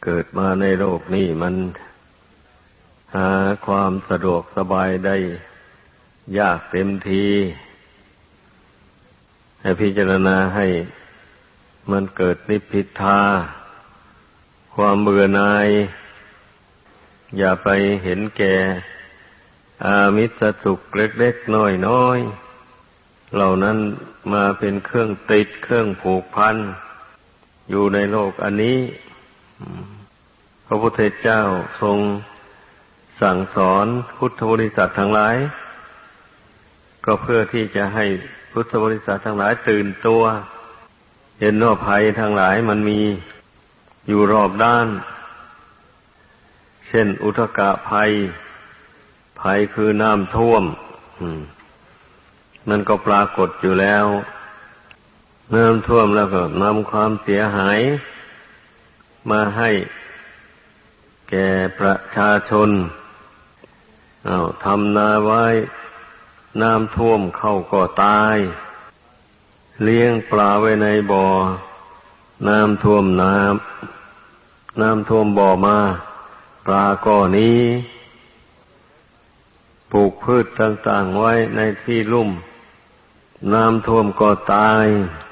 เกิดมาในโลกนี้มันหาความสะดวกสบายได้ยากเต็มทีให้พิจารณาให้มันเกิดนิพพิทาความเบื่อหน่ายอย่าไปเห็นแก่อามิสสุขเล็กๆน้อยๆเหล่านั้นมาเป็นเครื่องติดเครื่องผูกพันอยู่ในโลกอันนี้พระพุทธเจ้าทรงสั่งสอนพุทธบริษัททั้งหลายก็เพื่อที่จะให้พุทธบริษัททั้งหลายตื่นตัวเห็นว่าภัยทั้งหลายมันมีอยู่รอบด้านเช่นอุทกภัยคือน้ำท่วมมันก็ปรากฏอยู่แล้วน้ำท่วมแล้วก็นำความเสียหายมาให้แก่ประชาชนทำนาไว้น้ำท่วมเข้าก็ตายเลี้ยงปลาไว้ในบ่อน้ำท่วมบ่อมาปลาก็หนีปลูกพืชต่างๆไว้ในที่ลุ่มน้ำท่วมก็ตาย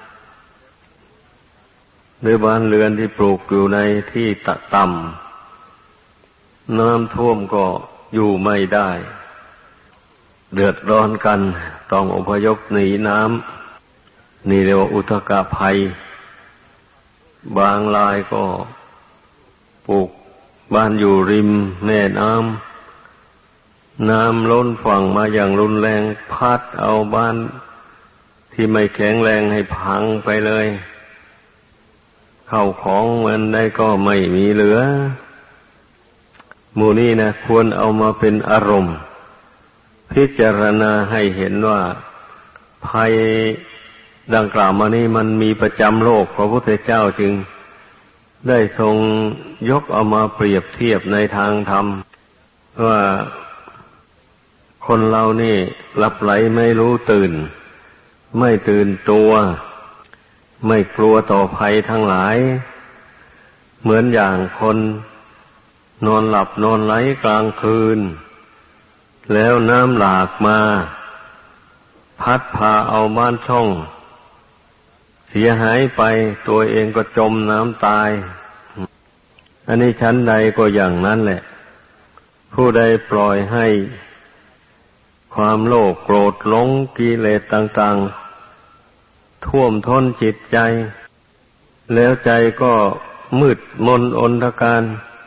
หรือบ้านเรือนที่ปลูกอยู่ในที่ต่ำน้ำท่วมก็อยู่ไม่ได้เดือดร้อนกันต้องอพยพหนีน้ำนี่เรียกว่าอุทกภัยบางรายก็ปลูกบ้านอยู่ริมแม่น้ำล้นฝั่งมาอย่างรุนแรงพัดเอาบ้านที่ไม่แข็งแรงให้พังไปเลยเข้าของมันได้ก็ไม่มีเหลือหมู่นี้นะควรเอามาเป็นอารมณ์พิจารณาให้เห็นว่าภัยดังกล่าวมานี้มันมีประจำโลกพระพุทธเจ้าจึงได้ทรงยกเอามาเปรียบเทียบในทางธรรมว่าคนเรานี่หลับไหลไม่รู้ตื่นไม่ตื่นตัวไม่กลัวต่อภัยทั้งหลายเหมือนอย่างคนนอนหลับนอนไหลกลางคืนแล้วน้ำหลากมาพัดพาเอาบ้านช่องเสียหายไปตัวเองก็จมน้ำตายอันนี้ชั้นใดก็อย่างนั้นแหละผู้ใดปล่อยให้ความโลภโกรธหลงกิเลสต่างๆท่วมท้นจิตใจแล้วใจก็มืดมนอนทการ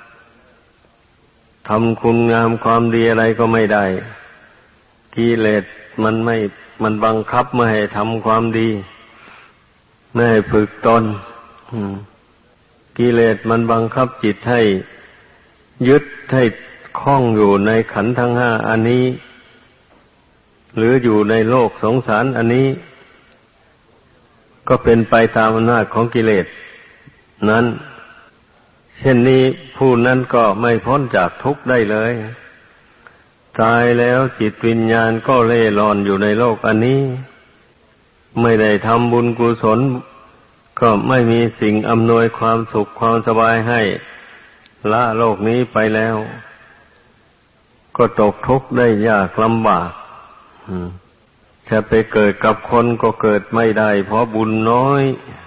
ทำคุณงามความดีอะไรก็ไม่ได้กิเลสมันบังคับไม่ให้ทำความดีไม่ให้ฝึกตนกิเลสมันบังคับจิตให้ยึดให้คล้องอยู่ในขันธ์ทั้งห้าอันนี้หรืออยู่ในโลกสงสารอันนี้ก็เป็นไปตามอำนาจของกิเลสนั้นเช่นนี้ผู้นั้นก็ไม่พ้นจากทุกข์ได้เลยตายแล้วจิตวิญญาณก็เล่ร่อนอยู่ในโลกอันนี้ไม่ได้ทำบุญกุศลก็ไม่มีสิ่งอำนวยความสุขความสบายให้ละโลกนี้ไปแล้วก็ตกทุกข์ได้ยากลำบากจะไปเกิดกับคนก็เกิดไม่ได้เพราะบุญน้อย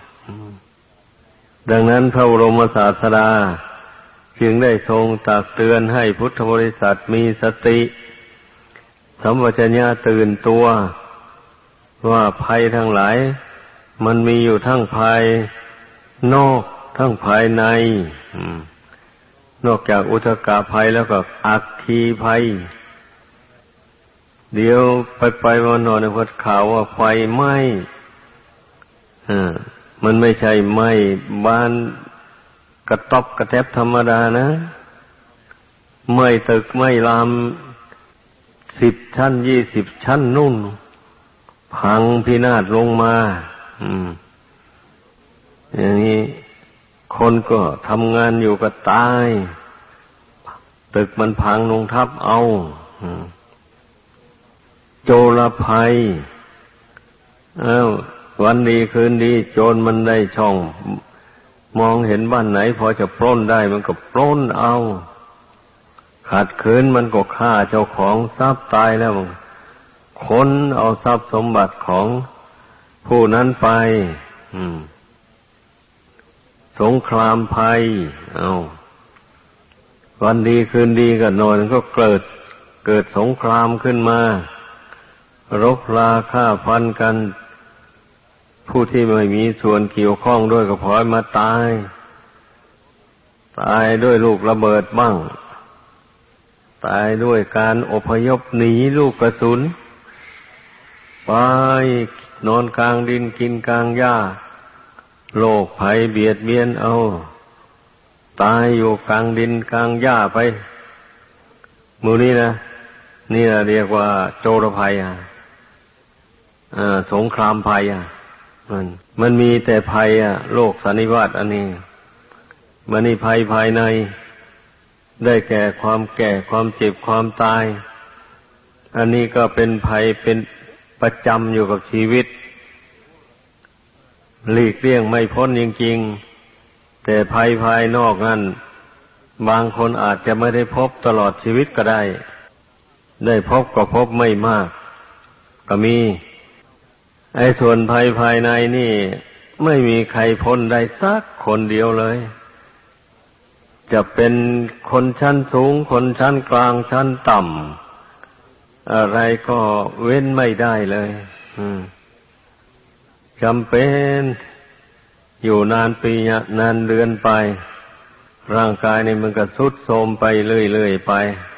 ดังนั้นพระบรมศาสดาจึงได้ทรงตักเตือนให้พุทธบริษัทมีสติสัมปชัญญะตื่นตัวว่าภัยทั้งหลายมันมีอยู่ทั้งภายนอกทั้งภายในนอกจากอุทกภัยแล้วก็อัคคีภัยเดี๋ยวไปวันนอนในวัดข่าวว่าไฟไหม้มันไม่ใช่ไหม้บ้านกระต๊อบกระแทบธรรมดานะไหม้ตึกไหม้ราม10 ชั้น20 ชั้นนู่นพังพินาศลงมาอย่างนี้คนก็ทำงานอยู่ก็ตายตึกมันพังลงทับเอาโจรภัยวันดีคืนดีโจรมันได้ช่องมองเห็นบ้านไหนพอจะปล้นได้มันก็ปล้นเอาขัดขืนมันก็ฆ่าเจ้าของทรัพย์ตายแล้วค้นเอาทรัพย์สมบัติของผู้นั้นไปสงครามภัยวันดีคืนดีกันหน่อยก็เกิดสงครามขึ้นมารบราฆ่าฟันกันผู้ที่ไม่มีส่วนเกี่ยวข้องด้วยก็พลอยมาตายด้วยลูกระเบิดบ้างตายด้วยการอพยพหนีลูกกระสุนไปนอนกลางดินกินกลางหญ้าโรคภัยเบียดเบียนเอาตายอยู่กลางดินกลางหญ้าไปมื้อนี้นะนี่เรียกว่าโจรภัยสงครามภัยมันมีแต่ภัยโรคสันนิวาตอันนี้มันนี่ภัยภายในได้แก่ความแก่ความเจ็บความตายอันนี้ก็เป็นภัยเป็นประจำอยู่กับชีวิตหลีกเลี่ยงไม่พ้นจริงๆแต่ภัยภายนอกนั้นบางคนอาจจะไม่ได้พบตลอดชีวิตก็ได้พบก็พบไม่มากก็มีส่วนภัยภายในนี่ไม่มีใครพ้นได้สักคนเดียวเลยจะเป็นคนชั้นสูงคนชั้นกลางชั้นต่ำอะไรก็เว้นไม่ได้เลยจำเป็นอยู่นานปีนานเดือนไปร่างกายนี่มันก็ทรุดโทรมไปเรื่อยๆไป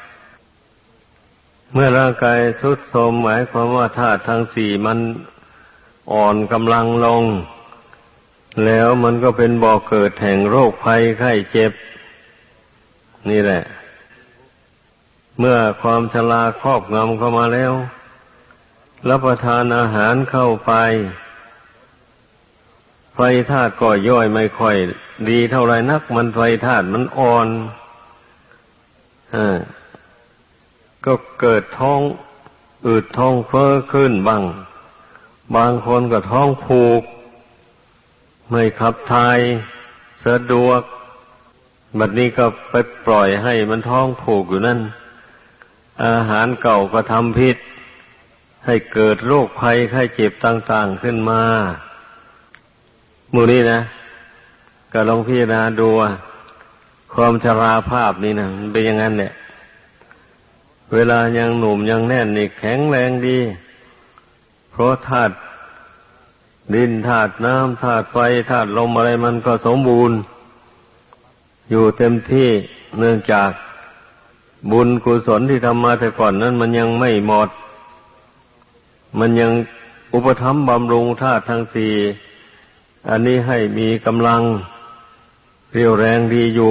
เมื่อร่างกายทรุดโทรมหมายความว่าธาตุทั้งสี่มันอ่อนกำลังลงแล้วมันก็เป็นบ่อเกิดแห่งโรคภัยไข้เจ็บนี่แหละเมื่อความชราครอบงำเข้ามาแล้วรับประทานอาหารเข้าไปไฟธาตุก็ย่อยไม่ค่อยดีเท่าไรนักมันไฟธาตุมันอ่อนก็เกิดท้องอืดท้องเฟ้อขึ้นบ้างบางคนก็ท้องผูกไม่ขับถ่ายสะดวกบัดนี้ก็ไปปล่อยให้มันท้องผูกอยู่นั่นอาหารเก่าก็ทำพิษให้เกิดโรคภัยไข้เจ็บต่างๆขึ้นมาหมู่นี้นะก็ลองพิจารณาดูความชราภาพนี่นะมันเป็นอย่างนั้นแหละเวลายังหนุ่มยังแน่นนี่แข็งแรงดีเพราะธาตุดินธาตุน้ำธาตุไฟธาตุลมอะไรมันก็สมบูรณ์อยู่เต็มที่เนื่องจากบุญกุศลที่ทำมาแต่ก่อนนั้นมันยังไม่หมดมันยังอุปถัมภ์บำรุงธาตุทั้งสี่อันนี้ให้มีกำลังเรี่ยวแรงดีอยู่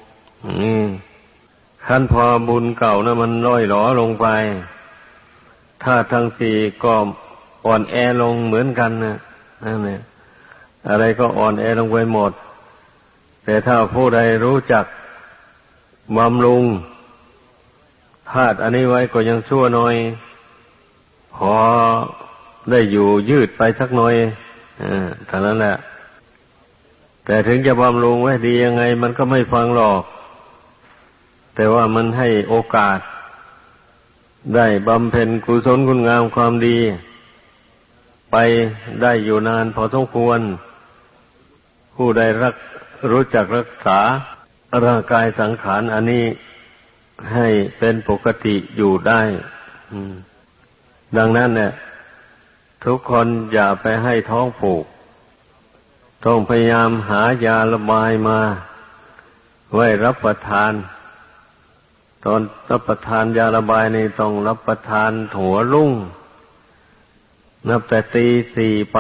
ขั้นพอบุญเก่านะมันล่อยหลอลงไปธาตุทั้งสี่ก็อ่อนแอลงเหมือนกันนะนั่นแหละอะไรก็อ่อนแอลงไปหมดแต่ถ้าผู้ใดรู้จักบำรุงธาตุอันนี้ไว้ก็ยังชั่วหน่อยพอได้อยู่ยืดไปสักหน่อยเท่านั้นแหละแต่ถึงจะบำรุงไว้ดียังไงมันก็ไม่ฟังหรอกแต่ว่ามันให้โอกาสได้บำเพ็ญกุศลคุณงามความดีไปได้อยู่นานพอสมควรผู้ใดรู้จักรักษาร่างกายสังขารอันนี้ให้เป็นปกติอยู่ได้ดังนั้นเนี่ยทุกคนอย่าไปให้ท้องผูกต้องพยายามหายาระบายมาไว้รับประทานตอนรับประทานยาระบายนี่ต้องรับประทานหัวรุ่งนับแต่ตีสี่ไป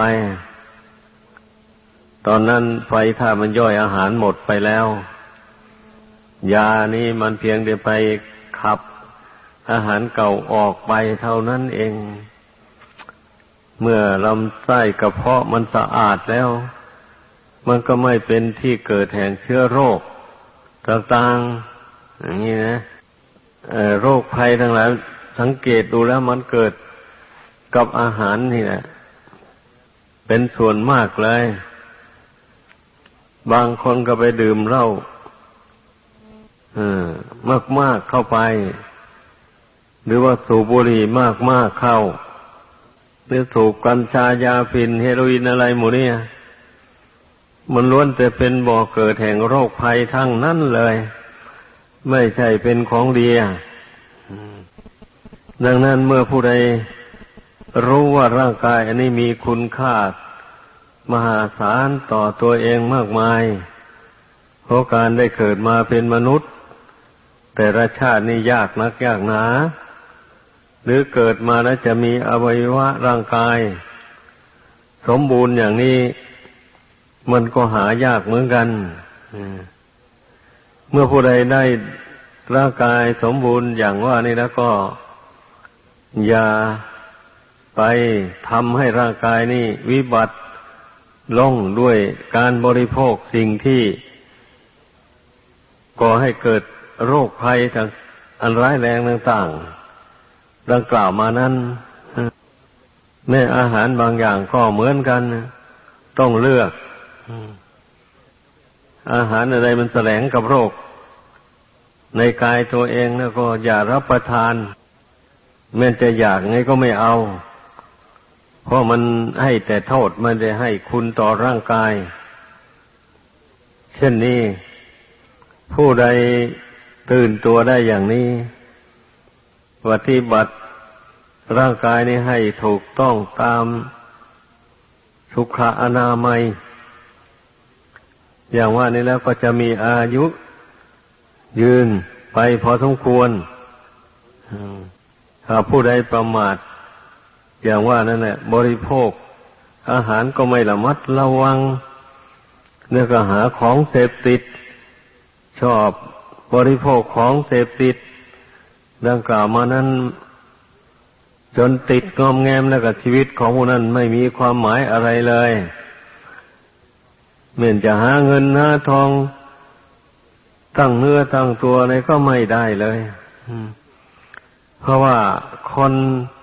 ตอนนั้นไฟถ้ามันย่อยอาหารหมดไปแล้วยานี้มันเพียงแต่ไปขับอาหารเก่าออกไปเท่านั้นเองเมื่อลำไส้กระเพาะมันสะอาดแล้วมันก็ไม่เป็นที่เกิดแห่งเชื้อโรคต่างๆอย่างนี้นะโรคภัยทั้งหลายสังเกตดูแล้วมันเกิดกับอาหารนี่แหละเป็นส่วนมากเลยบางคนก็ไปดื่มเหล้ามากๆเข้าไปหรือว่าสูบบุหรี่มากๆเข้าหรือสูบกัญชายาฝิ่นเฮโรอีนอะไรหมดเนี่ยมันล้วนแต่เป็นบ่อเกิดแห่งโรคภัยทั้งนั้นเลยไม่ใช่เป็นของดีดังนั้นเมื่อผู้ใดรู้ว่าร่างกายอันนี้มีคุณค่ามหาศาลต่อตัวเองมากมายเพราะการได้เกิดมาเป็นมนุษย์แต่ละชาตินี่ยากนักยากหนาหรือเกิดมาแล้วจะมีอวัยวะร่างกายสมบูรณ์อย่างนี้มันก็หายากเหมือนกันเมื่อผู้ใดได้ร่างกายสมบูรณ์อย่างว่านี่แล้วก็อย่าไปทำให้ร่างกายนี่วิบัติลงด้วยการบริโภคสิ่งที่ก่อให้เกิดโรคภัยต่างอันร้ายแรงต่างๆดังกล่าวมานั้นแม้อาหารบางอย่างก็เหมือนกันต้องเลือกอาหารอะไรมันแสลงกับโรคในกายตัวเองแล้วก็อย่ารับประทานแม้จะอยากไงก็ไม่เอาเพราะมันให้แต่โทษไม่ได้ให้คุณต่อร่างกายเช่นนี้ผู้ใดตื่นตัวได้อย่างนี้ปฏิบัติร่างกายนี้ให้ถูกต้องตามสุขอนามัยอย่างว่านี้แล้วก็จะมีอายุยืนไปพอสมควรถ้าผู้ใดประมาทอย่างว่านั่นแหละบริโภคอาหารก็ไม่ระมัดระวังเนี่ยก็หาของเสพติดชอบบริโภคของเสพติดดังกล่าวมานั้นจนติดงอมแงมแล้วกับชีวิตของผู้นั้นไม่มีความหมายอะไรเลยเหมือนจะหาเงินหาทองตั้งเนื้อตั้งตัวอะไรก็ไม่ได้เลยเพราะว่าคน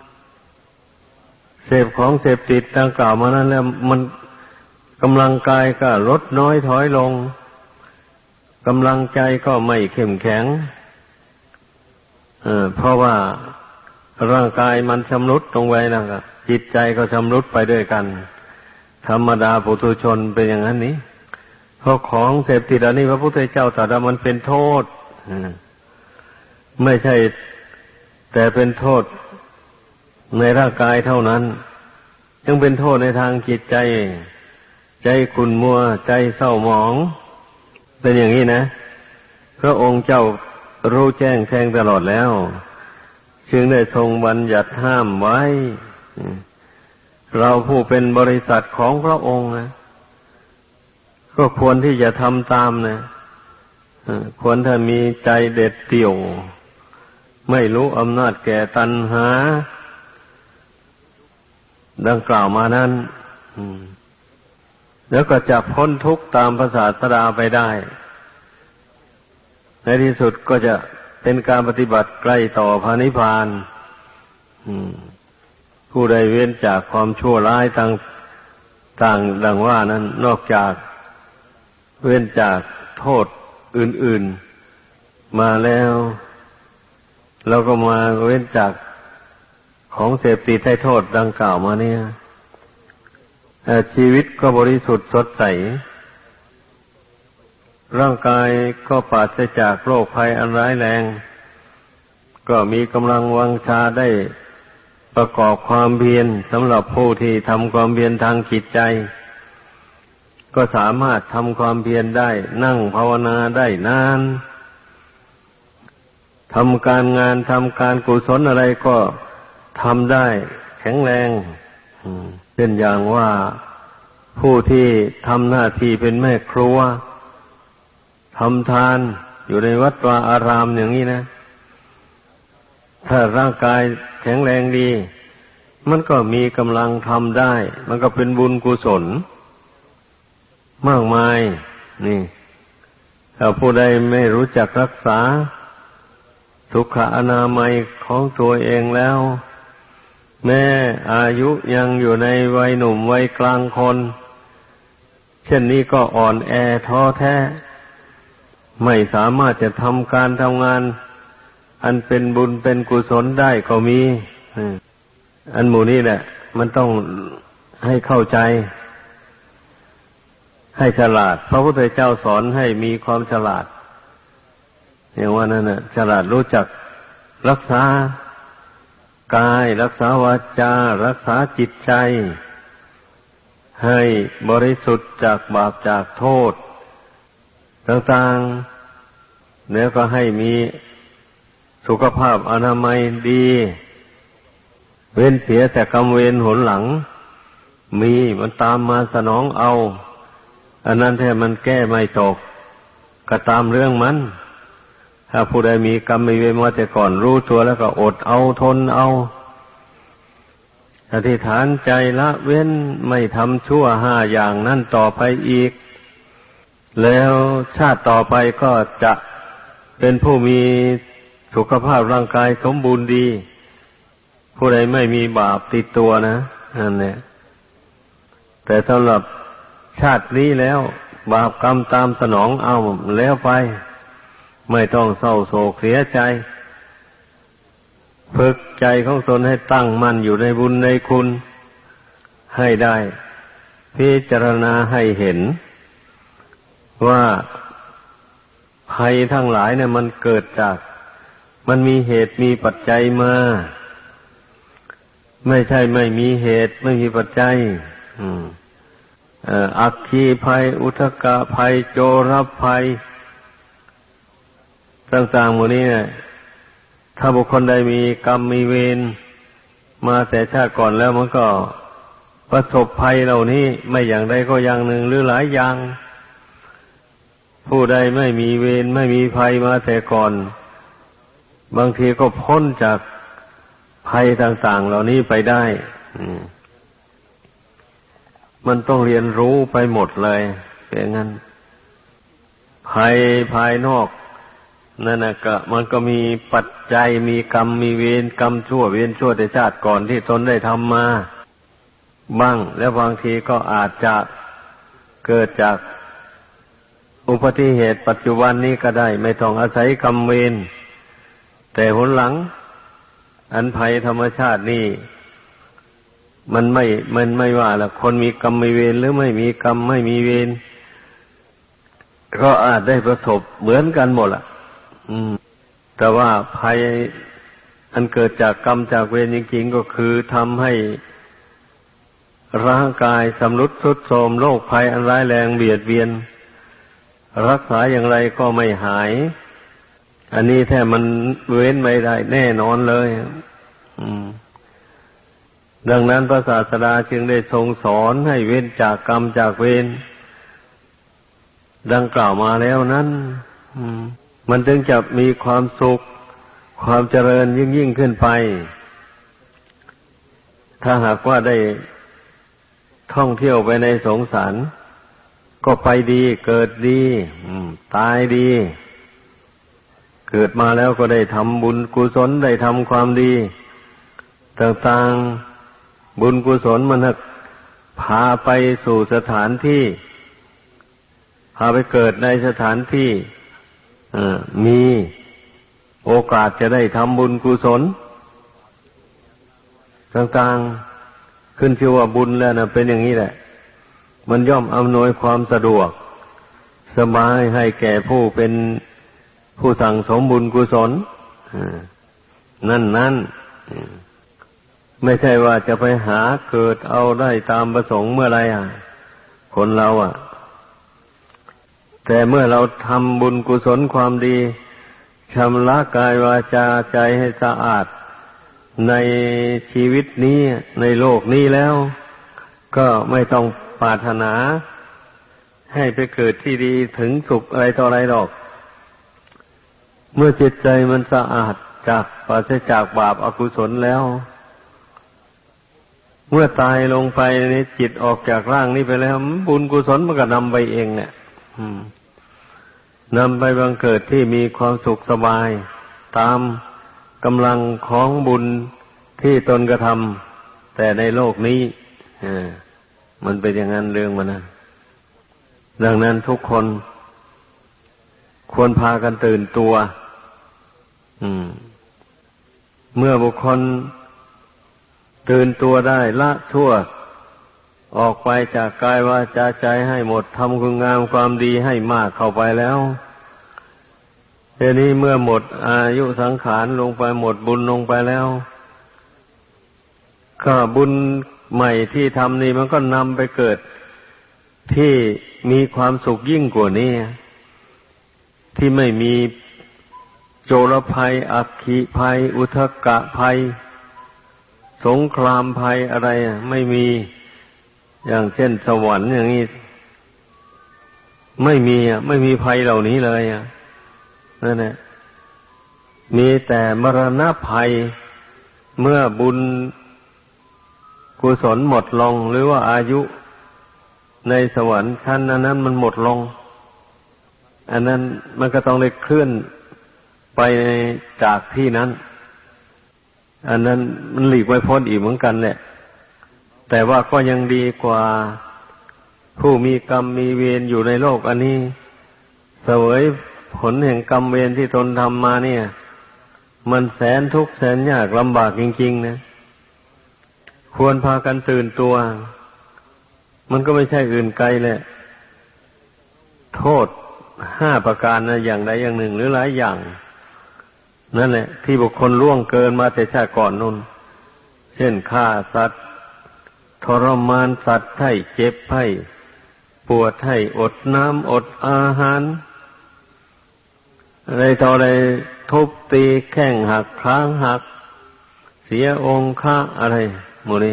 เสพของเสพติดดังกล่าวมานั้นแล้วมันกำลังกายก็ลดน้อยถอยลงกำลังใจก็ไม่เข้มแข็งเพราะว่าร่างกายมันชำรุดลงไปนะครับจิตใจก็ชำรุดไปด้วยกันธรรมดาปุถุชนเป็นอย่างนั้นนี้เพราะของเสพติดอันนี้พระพุทธเจ้าตรัสว่ามันเป็นโทษไม่ใช่แต่เป็นโทษในร่างกายเท่านั้นยังเป็นโทษในทางจิตใจใจขุ่นมัวใจเศร้าหมองเป็นอย่างนี้นะพระองค์เจ้ารู้แจ้งแทงตลอดแล้วจึงได้ทรงบัญญัติห้ามไว้เราผู้เป็นบริษัทของพระองค์นะก็ควรที่จะทำตามนะควรถ้ามีใจเด็ดเดี่ยวไม่รู้อำนาจแก่ตัณหาดังกล่าวมานั้นแล้วก็จะพ้นทุกข์ตามพระศาสดาไปได้ในที่สุดก็จะเป็นการปฏิบัติใกล้ต่อพระนิพพานผู้ใดเว้นจากความชั่วร้ายต่างดังว่านั้นนอกจากเว้นจากโทษอื่นๆมาแล้วเราก็มาเว้นจากของเสพติดให้โทษดังกล่าวมาเนี่ยชีวิตก็บริสุทธิ์สดใสร่างกายก็ปราศจากโรคภัยอันร้ายแรงก็มีกำลังวังชาได้ประกอบความเพียรสำหรับผู้ที่ทำความเพียรทางจิตใจก็สามารถทำความเพียรได้นั่งภาวนาได้นานทำการงานทำการกุศลอะไรก็ทำได้แข็งแรงเช่นอย่างว่าผู้ที่ทำหน้าที่เป็นแม่ครัวทำทานอยู่ในวัดวาอารามอย่างนี้นะถ้าร่างกายแข็งแรงดีมันก็มีกำลังทำได้มันก็เป็นบุญกุศลมากมายนี่ถ้าผู้ใดไม่รู้จักรักษาสุขอนามัยของตัวเองแล้วแม้อายุยังอยู่ในวัยหนุ่มวัยกลางคนเช่นนี้ก็อ่อนแอท้อแท้ไม่สามารถจะทำการทำงานอันเป็นบุญเป็นกุศลได้ก็มีอันหมู่นี้แหละมันต้องให้เข้าใจให้ฉลาดพระพุทธเจ้าสอนให้มีความฉลาดอย่างว่านั่นน่ะฉลาดรู้จักรักษากายรักษาวาจารักษาจิตใจให้บริสุทธิ์จากบาปจากโทษต่างๆแล้วก็ให้มีสุขภาพอนามัยดีเว้นเสียแต่กรรมเวรหนหลังมีมันตามมาสนองเอาอันนั้นแท้มันแก้ไม่ตกก็ตามเรื่องมันถ้าผู้ใดมีกรรมมีเวรมาแต่ก่อนรู้ตัวแล้วก็อดเอาทนเอาอธิษฐานใจละเว้นไม่ทำชั่ว5อย่างนั้นต่อไปอีกแล้วชาติต่อไปก็จะเป็นผู้มีสุขภาพร่างกายสมบูรณ์ดีผู้ใดไม่มีบาปติดตัวนะนั่นแหละแต่สำหรับชาตินี้แล้วบาปกรรมตามสนองเอาแล้วไปไม่ต้องเศร้าโศกเสียใจฝึกใจของตนให้ตั้งมั่นอยู่ในบุญในคุณให้ได้พิจารณาให้เห็นว่าภัยทั้งหลายเนี่ยมันเกิดจากมันมีเหตุมีปัจจัยมาไม่ใช่ไม่มีเหตุไม่มีปัจจัยอัคคีภัยอุทกภัยโจรภัยต่างๆหมดนี้เนี่ยถ้าบุคคลใดมีกรรมมีเวรมาแต่ชาติก่อนแล้วมันก็ประสบภัยเหล่านี้ไม่อย่างใดก็อย่างหนึ่งหรือหลายอย่างผู้ใดไม่มีเวรไม่มีภัยมาแต่ก่อนบางทีก็พ้นจากภัยต่างๆเหล่านี้ไปได้มันต้องเรียนรู้ไปหมดเลยเป็นงั้นภัยภายนอกนั่นน่ะก็มันก็มีปัจจัยมีกรรมมีเวรกรรมชั่วเวรชั่วแต่ชาติก่อนที่ตนได้ทำมาบ้างแล้วบางทีก็อาจจะเกิดจากอุบัติเหตุปัจจุบันนี้ก็ได้ไม่ต้องอาศัยกรรมเวรแต่หนหลังอันภัยธรรมชาตินี่มันไม่ว่าละคนมีกรรมมีเวรหรือไม่มีกรรมไม่มีเวรก็อาจได้ประสบเหมือนกันหมดล่ะแต่ว่าภัยอันเกิดจากกรรมจากเวรจริงๆก็คือทำให้ร่างกายสำรุดทรุดโทรมโรคภัยอันร้ายแรงเบียดเบียนรักษาอย่างไรก็ไม่หายอันนี้แท้มันเว้นไม่ได้แน่นอนเลยดังนั้นพระศาสดาจึงได้ทรงสอนให้เว้นจากกรรมจากเวรดังกล่าวมาแล้วนั้นมันถึงจะมีความสุขความเจริญยิ่งขึ้นไปถ้าหากว่าได้ท่องเที่ยวไปในสงสารก็ไปดีเกิดดีตายดีเกิดมาแล้วก็ได้ทำบุญกุศลได้ทำความดีต่างๆบุญกุศลมันพาไปสู่สถานที่พาไปเกิดในสถานที่มีโอกาสจะได้ทำบุญกุศลต่างๆขึ้นชื่อว่าบุญแล้วนะเป็นอย่างนี้แหละมันย่อมอำนวยความสะดวกสบายให้แก่ผู้เป็นผู้สั่งสมบุญกุศลนั่นไม่ใช่ว่าจะไปหาเกิดเอาได้ตามประสงค์เมื่อไรคนเราแต่เมื่อเราทำบุญกุศลความดีชำระกายวาจาใจให้สะอาดในชีวิตนี้ในโลกนี้แล้วก็ไม่ต้องปรารถนาให้ไปเกิดที่ดีถึงสุขอะไรต่ออะไรหรอกเมื่อจิตใจมันสะอาดจากปราศจากบาปอกุศลแล้วเมื่อตายลงไปนี่จิตออกจากร่างนี้ไปแล้วบุญกุศลมันก็นำไปเองเนี่ยนำไปบังเกิดที่มีความสุขสบายตามกำลังของบุญที่ตนกระทำแต่ในโลกนี้มันเป็นอย่างนั้นเรื่องมันนะดังนั้นทุกคนควรพากันตื่นตัวเมื่อบุคคลตื่นตัวได้ละชั่วออกไปจากกายวาจาใจให้หมดทำคุณงามความดีให้มากเข้าไปแล้วทีนี้เมื่อหมดอายุสังขารลงไปหมดบุญลงไปแล้วก็บุญใหม่ที่ทำนี่มันก็นำไปเกิดที่มีความสุขยิ่งกว่านี้ที่ไม่มีโจรภัยอัคคีภัยอุทกะภัยสงครามภัยอะไรไม่มีอย่างเช่นสวรรค์อย่างนี้ไม่มีภัยเหล่านี้เลยนั่นแหละมีแต่มรณะภัยเมื่อบุญกุศลหมดลงหรือว่าอายุในสวรรค์ชั้นนั้นมันหมดลงอันนั้นมันก็ต้องได้เคลื่อนไปจากที่นั้นอันนั้นมันหลีกไม่พ้นอีกเหมือนกันแหละแต่ว่าก็ยังดีกว่าผู้มีกรรมมีเวรอยู่ในโลกอันนี้เสวยผลแห่งกรรมเวรที่ตนทำมาเนี่ยมันแสนทุกข์แสนยากลำบากจริงๆนะควรพากันตื่นตัวมันก็ไม่ใช่อื่นไกลแหละโทษ5ประการนะอย่างใดอย่างหนึ่งหรือหลายอย่างนั่นแหละที่บุคคลล่วงเกินมาแต่ชาติก่อนนู่นเช่นฆ่าสัตว์ทรมานสัตว์ให้เจ็บให้ปวดให้อดน้ำอดอาหารอะไรต่ออะไรทุบตีแข้งหักค้างหักเสียองค์ค่าอะไรหมดนี้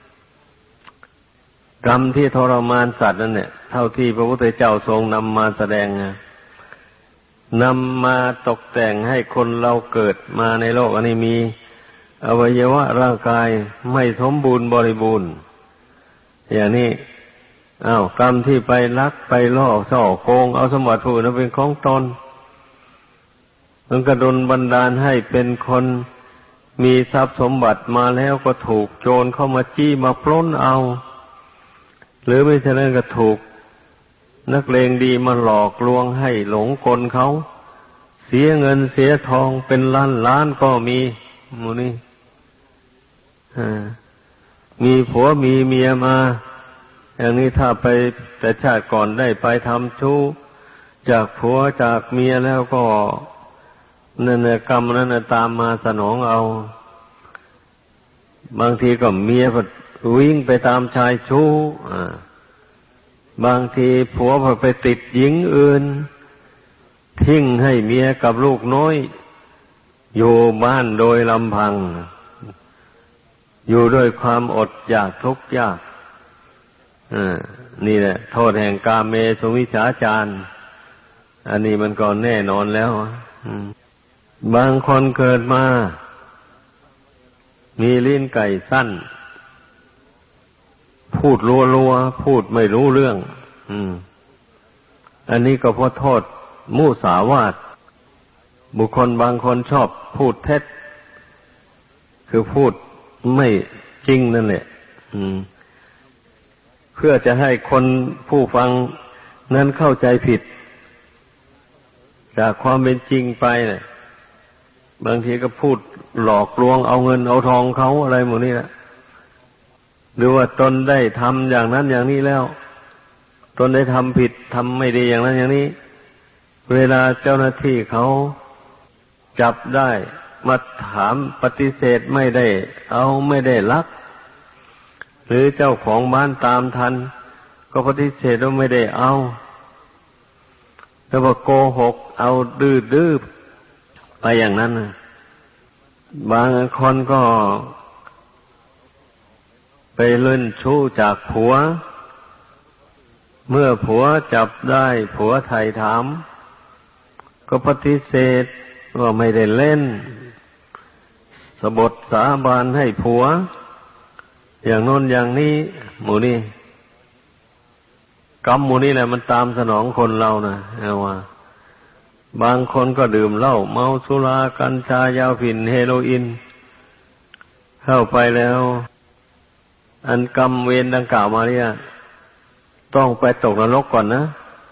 กรรมที่ทรมานสัตว์นั่นเนี่ยเท่าที่พระพุทธเจ้าทรงนำมาแสดงนำมาตกแต่งให้คนเราเกิดมาในโลกอันนี้มีอวัยวะร่างกายไม่สมบูรณ์บริบูรณ์อย่างนี้กรรมที่ไปลักไปล่อซ่อโกงเอาสมบัติผู้อื่นเป็นของตนมันก็ดลบันดาลให้เป็นคนมีทรัพย์สมบัติมาแล้วก็ถูกโจรเข้ามาจี้มาปล้นเอาหรือไม่เช่นนั้นก็ถูกนักเลงดีมาหลอกลวงให้หลงกลเขาเสียเงินเสียทองเป็นล้านก็มีหมู่นี้มีผัวมีเมียมาอย่างนี้ถ้าไปแต่ชาติก่อนได้ไปทำชู้จากผัวจากเมียแล้วก็นั่นแหละกรรมนั้นตามมาสนองเอาบางทีก็เมียวิ่งไปตามชายชู้บางทีผัวไปติดหญิงอื่นทิ้งให้เมียกับลูกน้อยอยู่บ้านโดยลำพังอยู่ด้วยความอดอยากทุกข์ยากนี่แหละโทษแห่งกาเมสุมิจฉาจารอันนี้มันก็แน่นอนแล้วบางคนเกิดมามีลิ้นไก่สั้นพูดรัวๆพูดไม่รู้เรื่องอันนี้ก็เพราะโทษมุสาวาทบุคคลบางคนชอบพูดเท็จคือพูดไม่จริงนั่นแหละเพื่อจะให้คนผู้ฟังนั้นเข้าใจผิดจากความเป็นจริงไปเนี่ยบางทีก็พูดหลอกลวงเอาเงินเอาทองเขาอะไรหมดนี่แหละหรือว่าตนได้ทำอย่างนั้นอย่างนี้แล้วตนได้ทำผิดทำไม่ดีอย่างนั้นอย่างนี้เวลาเจ้าหน้าที่เขาจับได้มาถามปฏิเสธไม่ได้เอาไม่ได้ลักหรือเจ้าของบ้านตามทันก็ปฏิเสธว่าไม่ได้เอาแล้วก็โกหกเอาดื้อไปอย่างนั้นบางคนก็ไปเล่นชู้จากผัวเมื่อผัวจับได้ผัวไถ่ถามก็ปฏิเสธว่าไม่ได้เล่นสบถสาบานให้ผัวอย่างโน้นอย่างนี้หมู่นี้กรรมหมู่นี้แหละมันตามสนองคนเรานะเอาว่าบางคนก็ดื่มเหล้าเมาสุรากัญชายาฝิ่นเฮโรอีนเข้าไปแล้วอันกรรมเวรดังกล่าวมาเนี่ยต้องไปตกนรกก่อนนะ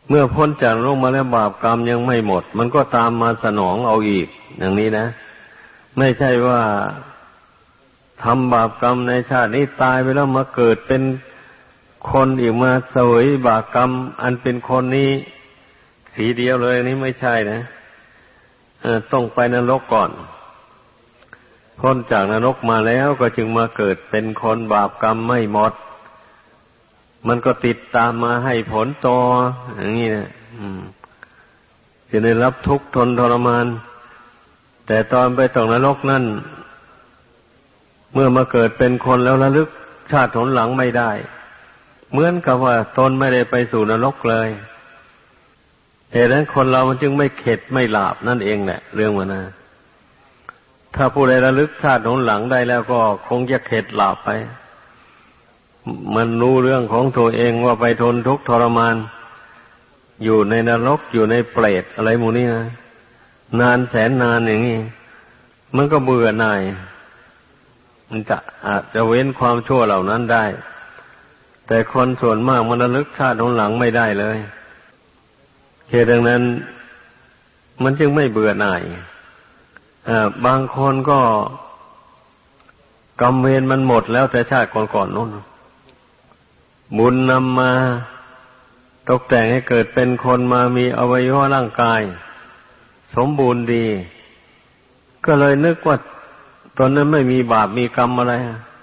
เมื่อพ้นจากนรกมาแล้วบาปกรรมยังไม่หมดมันก็ตามมาสนองเอาอีกอย่างนี้นะไม่ใช่ว่าทำบาปกรรมในชาตินี้ตายไปแล้วมาเกิดเป็นคนอีกมาเสวยบาปกรรมอันเป็นคนนี้ทีเดียวเลยนี่ไม่ใช่นะต้องไปนรกก่อนพ้นจากนรกมาแล้วก็จึงมาเกิดเป็นคนบาปกรรมไม่หมดมันก็ติดตามมาให้ผลต่ออย่างนี้นะจะได้รับทุกข์ทนทรมานแต่ตอนไปตกนรกนั่นเมื่อมาเกิดเป็นคนแล้วระลึกชาติหนหลังไม่ได้เหมือนกับว่าตนไม่ได้ไปสู่นรกเลยเหตุนั้นคนเรามันจึงไม่เข็ดไม่หลาบนั่นเองแหละเรื่องมันนะถ้าผู้ใดระลึกชาติหนหลังได้แล้วก็คงจะเข็ดหลาบไปมันรู้เรื่องของตัวเองว่าไปทนทุกข์ทรมานอยู่ในนรกอยู่ในเปรตอะไรหมู่นี้นะนานแสนนานอย่างนี้มันก็เบื่อหน่ายมันอาจจะเว้นความชั่วเหล่านั้นได้แต่คนส่วนมากมันระลึกชาติหนหลังไม่ได้เลยเหตุดังนั้นมันจึงไม่เบื่อหน่ายบางคนก็กรรมเวรมันหมดแล้วแต่ชาติก่อนๆนู้นบุญนำมาตกแต่งให้เกิดเป็นคนมามีอวัยวะร่างกายสมบูรณ์ดีก็เลยนึกว่าตนนั้นไม่มีบาปมีกรรมอะไร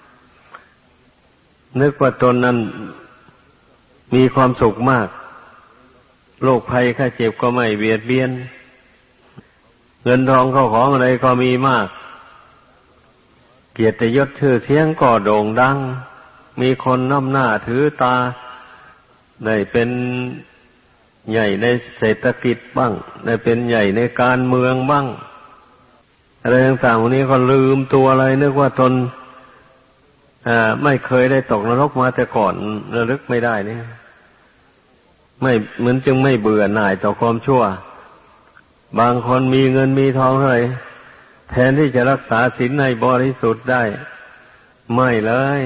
นึกว่าตนนั้นมีความสุขมากโรคภัยไข้เจ็บก็ไม่เบียดเบียนเงินทองเข้าของอะไรก็มีมากเกียรติยศชื่อเสียงก็โด่งดังมีคนนับหน้าถือตาได้เป็นใหญ่ในเศรษฐกิจบ้างได้เป็นใหญ่ในการเมืองบ้างอะไรต่างๆพวกนี้ก็ลืมตัวอะไรนึกว่าตนไม่เคยได้ตกนรกมาแต่ก่อนระลึกไม่ได้นี่ไม่เหมือนจึงไม่เบื่อหน่ายต่อความชั่วบางคนมีเงินมีทองเท่าไหร่แทนที่จะรักษาศีลในบริสุทธิ์ได้ไม่เลย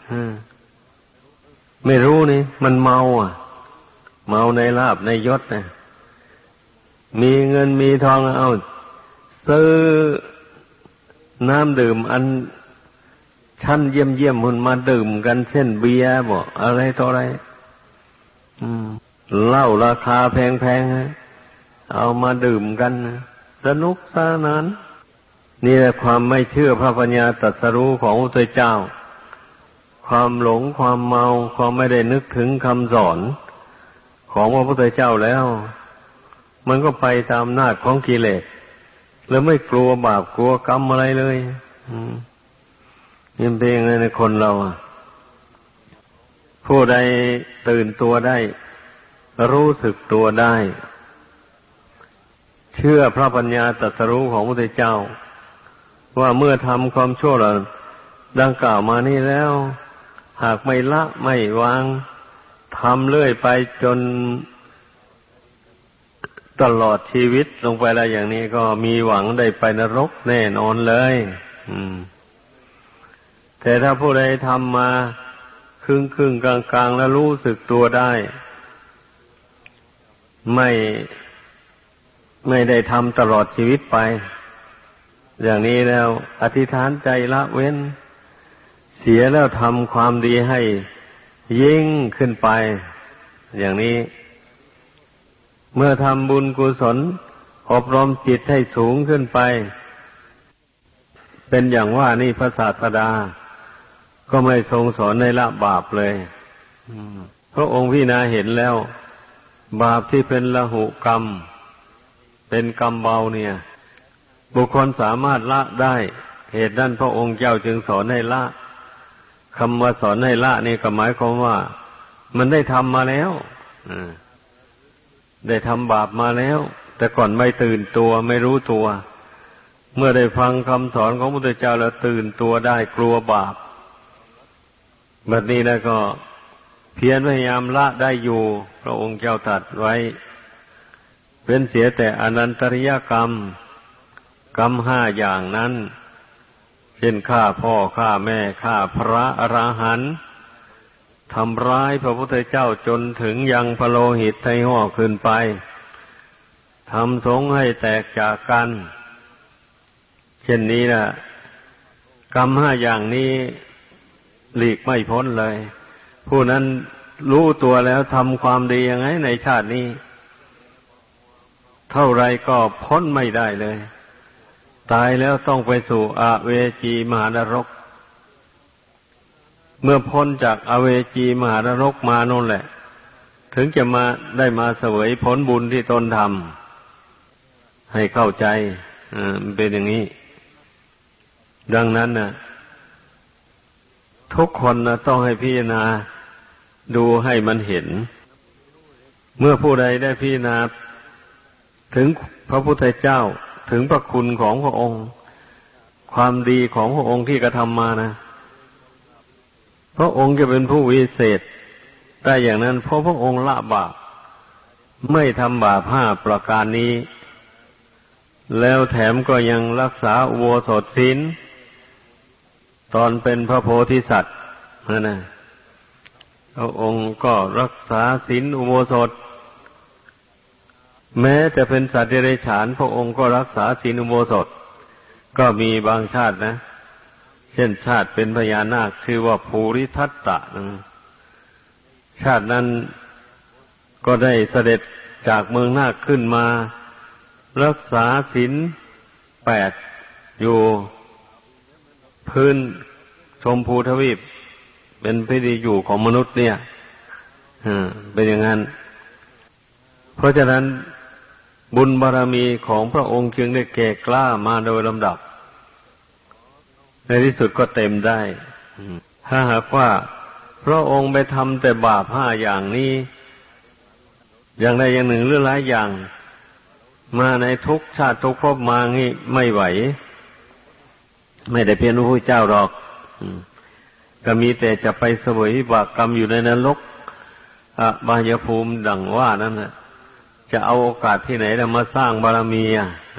ไม่รู้นี่มันเมาเมาในลาภในยศนะมีเงินมีทองเอาซื้อน้ำดื่มอันชั้นเยี่ยมๆมันมาดื่มกันเช่นเบียร์บ่อะไรต่ออะไรเหล้าราคาแพงๆเอามาดื่มกันสนุกสนานนี่แหละความไม่เชื่อพระปัญญาตรัสรู้ของพระพุทธเจ้าความหลงความเมาความไม่ได้นึกถึงคำสอนของพระพุทธเจ้าแล้วมันก็ไปตามอำนาจของกิเลสแล้วไม่กลัวบาปกลัวกรรมอะไรเลยยิ่งเป็นอย่างนั้นในคนเราผู้ใดตื่นตัวได้รู้สึกตัวได้เชื่อพระปัญญาตรัสรู้ของพระพุทธเจ้าว่าเมื่อทำความชั่วดังกล่าวมานี้แล้วหากไม่ละไม่วางทำเรื่อยไปจนตลอดชีวิตลงไปแล้วอย่างนี้ก็มีหวังได้ไปนรกแน่นอนเลยแต่ถ้าผู้ใดทำมาครึ่งกลางแล้วรู้สึกตัวได้ไม่ได้ทำตลอดชีวิตไปอย่างนี้แล้วอธิษฐานใจละเว้นเสียแล้วทำความดีให้ยิ่งขึ้นไปอย่างนี้เมื่อทำบุญกุศลอบรมจิตให้สูงขึ้นไปเป็นอย่างว่านี่พระศาสดาก็ไม่ทรงสอนในละบาปเลยพระองค์พิจารณาเห็นแล้วบาปที่เป็นละหุกรรมเป็นกรรมเบาเนี่ยบุคคลสามารถละได้เหตุนั้นพระองค์เจ้าจึงสอนให้ละคำว่าสอนให้ละนี่ก็หมายความว่ามันได้ทำมาแล้วได้ทำบาปมาแล้วแต่ก่อนไม่ตื่นตัวไม่รู้ตัวเมื่อได้ฟังคำสอนของพระพุทธเจ้าแล้วตื่นตัวได้กลัวบาปแบบนี้แล้วก็เพียรพยายามละได้อยู่พระองค์เจ้าตรัสไว้เป็นเสียแต่อนันตริยกรรม5 อย่างนั้นเช่นฆ่าพ่อฆ่าแม่ฆ่าพระอรหันต์ทำร้ายพระพุทธเจ้าจนถึงยังพระโลหิตไถห่อขึ้นไปทำสงฆ์ให้แตกจากกันเช่นนี้นะกรรม5อย่างนี้หลีกไม่พ้นเลยผู้นั้นรู้ตัวแล้วทำความดียังไงในชาตินี้เท่าไรก็พ้นไม่ได้เลยตายแล้วต้องไปสู่อเวจีมหานรกเมื่อพ้นจากอเวจีมหานรกมาโน่นแหละถึงจะมาได้มาเสวยผลบุญที่ตนทำให้เข้าใจมันเป็นอย่างนี้ดังนั้นนะทุกคนนะต้องให้พิจารณาดูให้มันเห็นเมื่อผู้ใดได้พิจารณาถึงพระพุทธเจ้าถึงพระคุณของพระองค์ความดีของพระองค์ที่กระทำมานะพระองค์จะเป็นผู้วิเศษได้อย่างนั้นเพราะพระองค์ละบาปไม่ทำบาป5ประการนี้แล้วแถมก็ยังรักษาอุโบสถศีลตอนเป็นพระโพธิสัตว์นั่นนะพระองค์ก็รักษาศีลอุโบสถแม้แต่เป็นสัตว์เดรัจฉานพระองค์ก็รักษาศีลอุโบสถก็มีบางชาตินะเช่นชาติเป็นพญานาคชื่อว่าภูริทัตตะชาตินั้นก็ได้เสด็จจากเมืองนาคขึ้นมารักษาศีล8อยู่พื้นชมพูทวีปเป็นที่ดีอยู่ของมนุษย์เนี่ยเป็นอย่างนั้นเพราะฉะนั้นบุญบารมีของพระองค์จึงได้แก่กล้ามาโดยลำดับในที่สุดก็เต็มได้ถ้าหากว่าพระองค์ไปทำแต่บาป5อย่างนี้อย่างใดอย่างหนึ่งหรือหลายอย่างมาในทุกชาติทุกภพมางี้ไม่ไหวไม่ได้เป็นพระพุทธเจ้าหรอกก็มีแต่จะไปเสวยวิบากกรรมอยู่ในนรกอบายภูมิดังว่านั่นแหละจะเอาโอกาสที่ไหนแล้วมาสร้างบารมี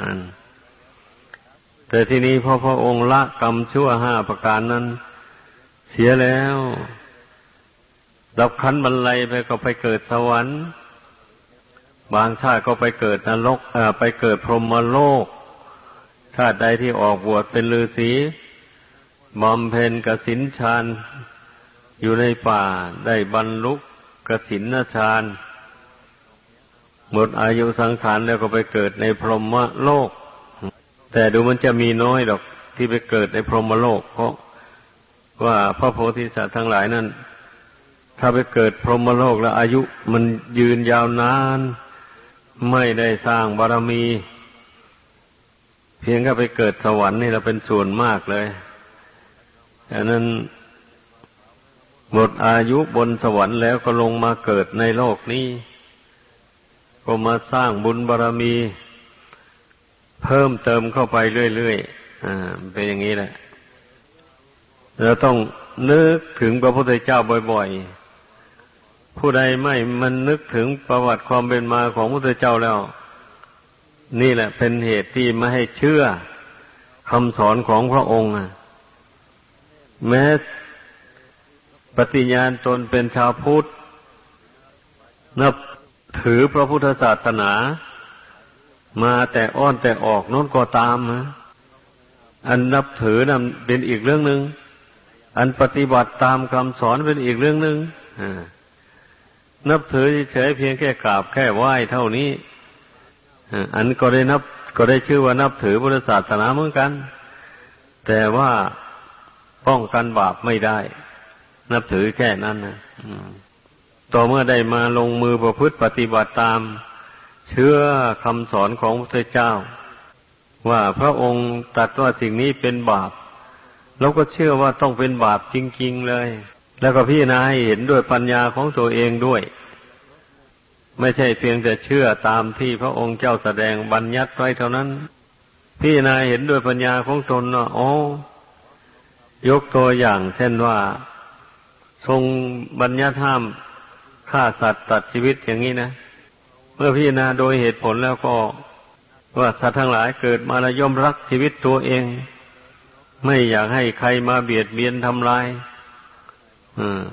แต่ที่นี้พระองค์ละกรรมชั่ว5ประการนั้นเสียแล้วดับขันธ์บรรลัยไปก็ไปเกิดสวรรค์บางชาติก็ไปเกิดนรกไปเกิดพรหมโลกชาติใดที่ออกบวชเป็นฤาษีบำเพ็ญกสิณฌานอยู่ในป่าได้บรรลุกสิณฌานหมดอายุสังขารแล้วก็ไปเกิดในพรหมโลกแต่ดูมันจะมีน้อยดอกที่ไปเกิดในพรหมโลกเพราะว่าพระโพธิสัตว์ทั้งหลายนั้นถ้าไปเกิดพรหมโลกแล้วอายุมันยืนยาวนานไม่ได้สร้างบารมีเพียงแค่ไปเกิดสวรรค์นี่เราเป็นส่วนมากเลยดังนั้นหมดอายุบนสวรรค์แล้วก็ลงมาเกิดในโลกนี้ก็มาสร้างบุญบารมีเพิ่มเติมเข้าไปเรื่อยๆเป็นอย่างนี้แหละเราต้องนึกถึงพระพุทธเจ้าบ่อยๆผู้ใดไม่มันนึกถึงประวัติความเป็นมาของพระพุทธเจ้าแล้วนี่แหละเป็นเหตุที่ไม่ให้เชื่อคำสอนของพระองค์แม้ปฏิญาณตนเป็นชาวพุทธนับถือพระพุทธศาสนามาแต่อ้อนแต่ออกโน้นก็ตามอันนับถือนั้นเป็นอีกเรื่องหนึ่งอันปฏิบัติตามคำสอนเป็นอีกเรื่องหนึ่งนับถือเฉยเพียงแค่กราบแค่ไหว้เท่านี้อันก็ได้ชื่อว่านับถือพุทธศาสนาเหมือนกันแต่ว่าป้องกันบาปไม่ได้นับถือแค่นั้นนะต่อเมื่อได้มาลงมือประพฤติปฏิบัติตามเชื่อคำสอนของพระพุทธเจ้าว่าพระองค์ตรัสว่าสิ่งนี้เป็นบาปเราก็เชื่อว่าต้องเป็นบาปจริงๆเลยแล้วก็พิจารณาให้เห็นด้วยปัญญาของตัวเองด้วยไม่ใช่เพียงแต่เชื่อตามที่พระองค์เจ้าแสดงบัญญัติไว้เท่านั้นพิจารณาเห็นด้วยปัญญาของตนว่ายกตัวอย่างเช่นว่าทรงบัญญัติห้ามฆ่าสัตว์ตัดชีวิตอย่างนี้นะเมื่อพิจารณาโดยเหตุผลแล้วก็ว่าสัตว์ทั้งหลายเกิดมาแล้วย่อมรักชีวิตตัวเองไม่อยากให้ใครมาเบียดเบียนทำลาย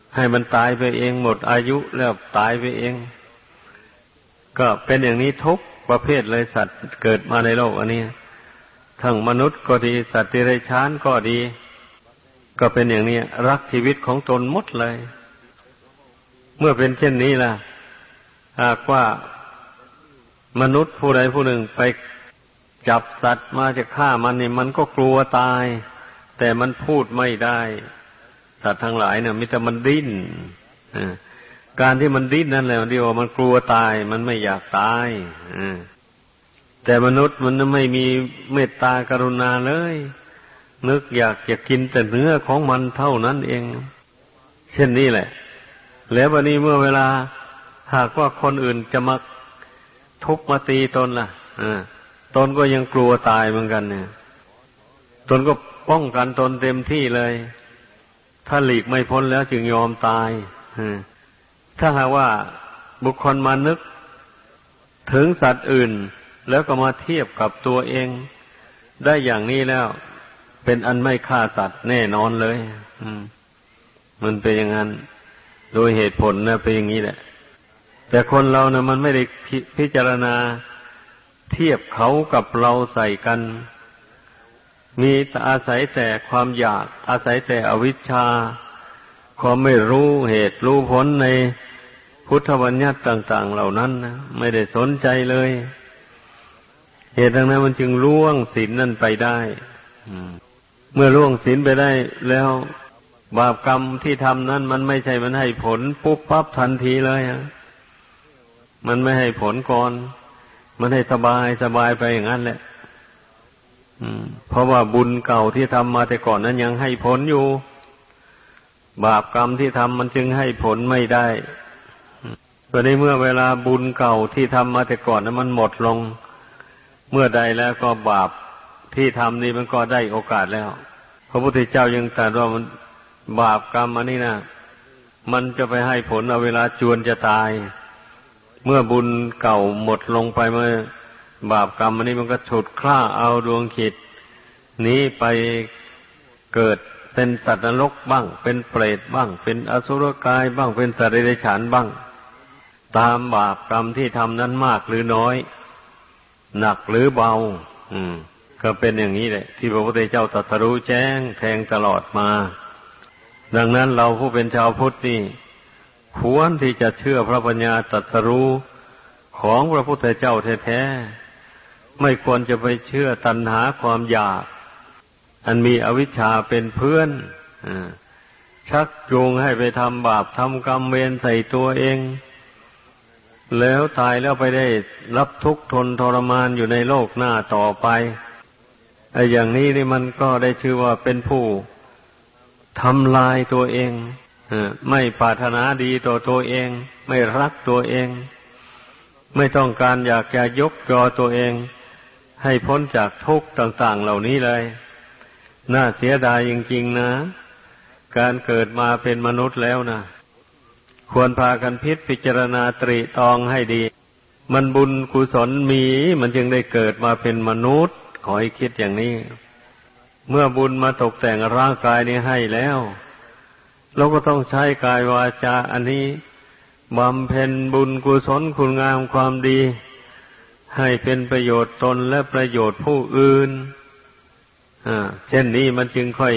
ให้มันตายไปเองหมดอายุแล้วตายไปเองก็เป็นอย่างนี้ทุกประเภทเลยสัตว์เกิดมาในโลกอันนี้ทั้งมนุษย์ก็ดีสัตว์เดรัจฉานก็ดีก็เป็นอย่างนี้รักชีวิตของตนหมดเลยเมื่อเป็นเช่นนี้ล่ะหากว่ามนุษย์ผู้ใดผู้หนึ่งไปจับสัตว์มาจะฆ่ามันนี่มันก็กลัวตายแต่มันพูดไม่ได้สัตว์ทั้งหลายเนี่ยมีแต่มันดิ้นการที่มันดิ้นนั่นแหละเรียกว่ามันกลัวตายมันไม่อยากตายแต่มนุษย์มันไม่มีเมตตากรุณาเลยนึกอยากจะกินแต่เนื้อของมันเท่านั้นเองเช่นนี้แหละแล้ววันนี้เมื่อเวลาหากว่าคนอื่นจะมาทุบมาตีตนล่ะตนก็ยังกลัวตายเหมือนกันเนี่ยตนก็ป้องกันตนเต็มที่เลยถ้าหลีกไม่พ้นแล้วจึงยอมตายถ้าหากว่าบุคคลมานึกถึงสัตว์อื่นแล้วก็มาเทียบกับตัวเองได้อย่างนี้แล้วเป็นอันไม่ฆ่าสัตว์แน่นอนเลยมันเป็นอย่างนั้นโดยเหตุผลนะเป็นอย่างนี้แหละแต่คนเรานะมันไม่ได้พิจารณาเทียบเขากับเราใส่กันมีอาศัยแต่ความอยากอาศัยแต่อวิชชาความไม่รู้เหตุรู้ผลในพุทธบัญญัติต่างๆเหล่านั้นนะไม่ได้สนใจเลยเหตุดังนั้นมันจึงล่วงศีลนั่นไปได้เมื่อล่วงศีลไปได้แล้วบาปกรรมที่ทำนั้นมันไม่ใช่มันให้ผลปุ๊บปั๊บทันทีเลยมันไม่ให้ผลก่อนมันให้สบายไปอย่างนั้นแหละเพราะว่าบุญเก่าที่ทำมาแต่ก่อนนั้นยังให้ผลอยู่บาปกรรมที่ทำมันจึงให้ผลไม่ได้ก็ในเมื่อเวลาบุญเก่าที่ทำมาแต่ก่อนนั้นมันหมดลงเมื่อใดแล้วก็บาปที่ทำนี่มันก็ได้โอกาสแล้วพระพุทธเจ้ายังตรัสว่ามันบาปกรรมอันนี้นะมันจะไปให้ผลเอาเวลาจวนจะตายเมื่อบุญเก่าหมดลงไปเมื่อบาปกรรมอันนี้มันก็ฉุดคล้าเอาดวงจิตนี้ไปเกิดเป็นสัตว์นรกบ้างเป็นเปรตบ้างเป็นอสุรกายบ้างเป็นสัตว์เดรัจฉานบ้างตามบาปกรรมที่ทำนั้นมากหรือน้อยหนักหรือเบาก็เป็นอย่างนี้แหละที่พระพุทธเจ้าตรัสรู้แจ้งแทงตลอดมาดังนั้นเราผู้เป็นชาวพุทธนี่ควรที่จะเชื่อพระปัญญาตรัสรู้ของพระพุทธเจ้าแท้ๆไม่ควรจะไปเชื่อตัณหาความอยากอันมีอวิชชาเป็นเพื่อนชักจูงให้ไปทำบาปทำกรรมเวรใส่ตัวเองแล้วตายแล้วไปได้รับทุกข์ทนทรมานอยู่ในโลกหน้าต่อไปอย่างนี้นี่มันก็ได้ชื่อว่าเป็นผู้ทำลายตัวเองไม่ปรารถนาดีต่อตัวเองไม่รักตัวเองไม่ต้องการอยากจะยกยอตัวเองให้พ้นจากทุกข์ต่างๆเหล่านี้เลยน่าเสียดายจริงๆนะการเกิดมาเป็นมนุษย์แล้วนะควรพากันพิจารณาตรีตรองให้ดีมันบุญกุศลมีมันจึงได้เกิดมาเป็นมนุษย์ขอให้คิดอย่างนี้เมื่อบุญมาตกแต่งร่างกายนี้ให้แล้วเราก็ต้องใช้กายวาจาอันนี้บำเพ็ญบุญกุศลคุณงามความดีให้เป็นประโยชน์ตนและประโยชน์ผู้อื่นเช่นนี้มันจึงค่อย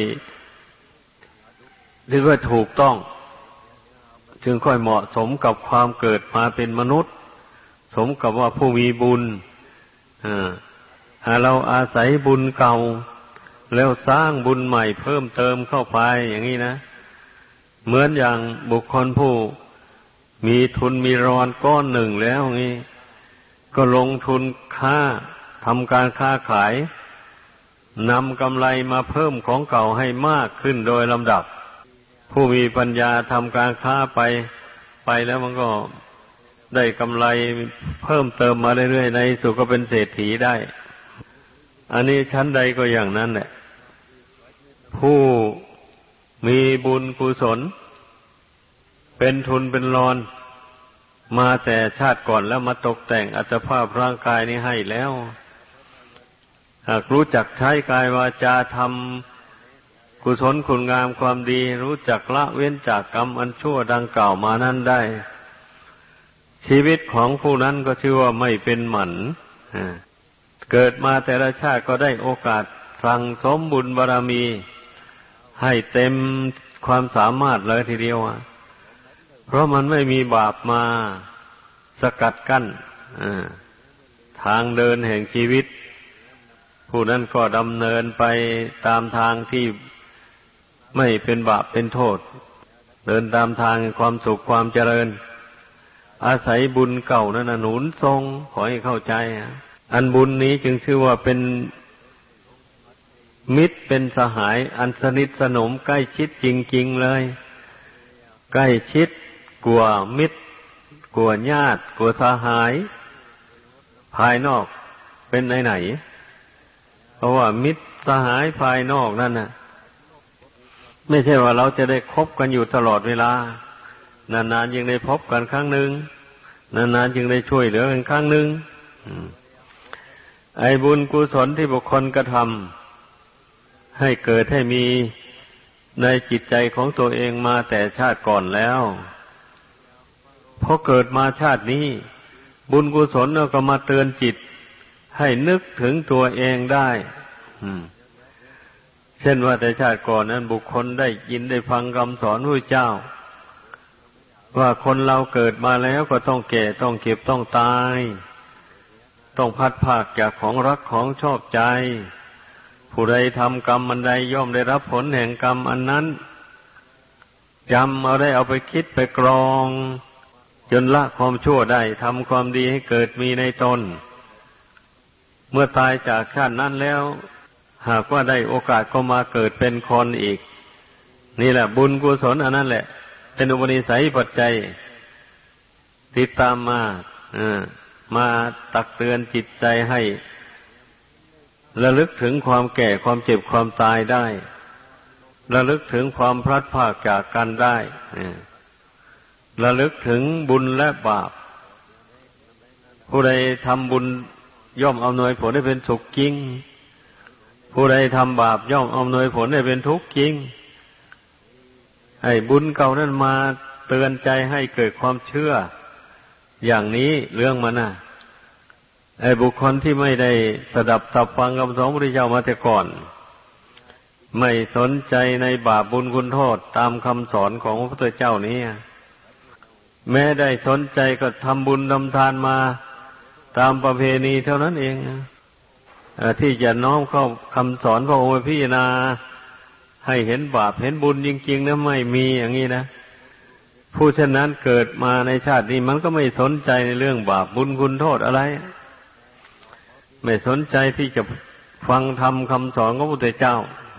ถูกต้องจึงค่อยเหมาะสมกับความเกิดมาเป็นมนุษย์สมกับว่าผู้มีบุญเราอาศัยบุญเก่าแล้วสร้างบุญใหม่เพิ่มเติมเข้าไปอย่างนี้นะเหมือนอย่างบุคคลผู้มีทุนมีรอนก้อนหนึ่งแล้วงี้ก็ลงทุนทำการค้าขายนำกำไรมาเพิ่มของเก่าให้มากขึ้นโดยลำดับผู้มีปัญญาทำการค้าไปแล้วมันก็ได้กำไรเพิ่มเติมมาเรื่อยๆในสุดก็เป็นเศรษฐีได้อันนี้ชั้นใดก็อย่างนั้นแหละผู้มีบุญกุศลเป็นทุนเป็นรอนมาแต่ชาติก่อนแล้วมาตกแต่งอัตภาพร่างกายนี้ให้แล้วหากรู้จักใช้กายวาจาทกุศลคุณงามความดีรู้จักละเว้นจากกรรมอันชั่วดังกล่าวมานั้นได้ชีวิตของผู้นั้นก็ชื่อว่าไม่เป็นหมันเกิดมาแต่ละชาติก็ได้โอกาสสั่งสมบุญบารมีให้เต็มความสามารถเลยทีเดียวเพราะมันไม่มีบาปมาสกัดกั้นทางเดินแห่งชีวิตผู้นั้นก็ดำเนินไปตามทางที่ไม่เป็นบาปเป็นโทษเดินตามทางความสุขความเจริญอาศัยบุญเก่านั้นหนุนทรงขอให้เข้าใจอันบุญนี้จึงชื่อว่าเป็นมิตรเป็นสหายอันสนิทสนมใกล้ชิดจริงๆเลยใกล้ชิดกว่ามิตรกว่าญาติกว่าสหายภายนอกเป็นไหนเพราะว่ามิตรสหายภายนอกนั่นน่ะไม่ใช่ว่าเราจะได้คบกันอยู่ตลอดเวลานานๆจึงได้พบกันครั้งหนึ่งนานๆจึงได้ช่วยเหลือกันครั้งหนึ่งไอ้บุญกุศลที่บุคคลกระทำให้เกิดให้มีในจิตใจของตัวเองมาแต่ชาติก่อนแล้วพอเกิดมาชาตินี้บุญกุศลก็มาเตือนจิตให้นึกถึงตัวเองได้เช่นว่าแต่ชาติก่อนนั้นบุคคลได้ยินได้ฟังคำสอนพระเจ้าว่าคนเราเกิดมาแล้วก็ต้องแก่ต้องเก็บต้องตายต้องพัดภาคจากของรักของชอบใจผู้ใดทำกรรมอันใดย่อมได้รับผลแห่งกรรมอันนั้นจำเอาได้เอาไปคิดไปกรองจนละความชั่วได้ทำความดีให้เกิดมีในตนเมื่อตายจากชาตินั้นแล้วหากว่าได้โอกาสก็มาเกิดเป็นคนอีกนี่แหละบุญกุศลอันนั้นแหละเป็นอุปนิสัยปัจจัยติดตามมาตักเตือนจิตใจให้ระลึกถึงความแก่ความเจ็บความตายได้ระลึกถึงความพลัดพรากจากกันได้ระลึกถึงบุญและบาปผู้ใดทำบุญย่อมอำนวยผลให้เป็นสุขจริงผู้ใดทำบาปย่อมอำนวยผลให้เป็นทุกข์จริงให้บุญเก่านั้นมาเตือนใจให้เกิดความเชื่ออย่างนี้เรื่องมันไอ้บุคคลที่ไม่ได้สดับสับฟังคำสอนพระพุทธเจ้ามาแต่ก่อนไม่สนใจในบาปบุญคุณโทษตามคำสอนของพระพุทธเจ้านี้แม้ได้สนใจก็ทำบุญทำทานมาตามประเพณีเท่านั้นเองที่จะน้อมเข้าคำสอนพระองค์พิจารณาให้เห็นบาปเห็นบุญจริงๆนะไม่มีอย่างนี้นะผู้ฉะนั้นเกิดมาในชาตินี้มันก็ไม่สนใจในเรื่องบาปบุญคุณโทษอะไรไม่สนใจที่จะฟังธรรมคำสอนของพระพุทธเจ้า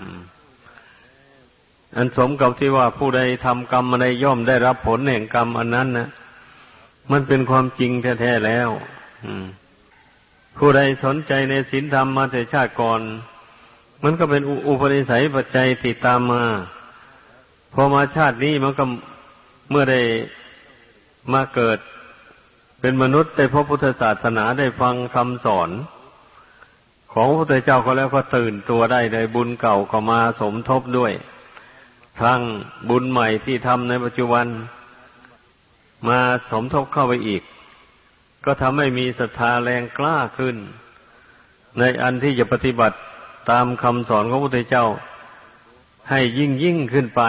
อันสมกับที่ว่าผู้ใดทำกรรมอะไรย่อมได้รับผลแห่งกรรมอันนั้นนะมันเป็นความจริงแท้ๆแล้วผู้ใดสนใจในศีลธรรมมาแต่ชาติก่อนมันก็เป็นอุปนิสัยปัจจัยติดตามมาพอมาชาตินี้มันก็เมื่อได้มาเกิดเป็นมนุษย์ได้พบพุทธศาสนาได้ฟังคำสอนของพระพุทธเจ้าก็แล้วก็ตื่นตัวได้ในบุญเก่าก็มาสมทบด้วยทั้งบุญใหม่ที่ทำในปัจจุบันมาสมทบเข้าไปอีกก็ทำให้มีศรัทธาแรงกล้าขึ้นในอันที่จะปฏิบัติตามคำสอนของพระพุทธเจ้าให้ยิ่งขึ้นไป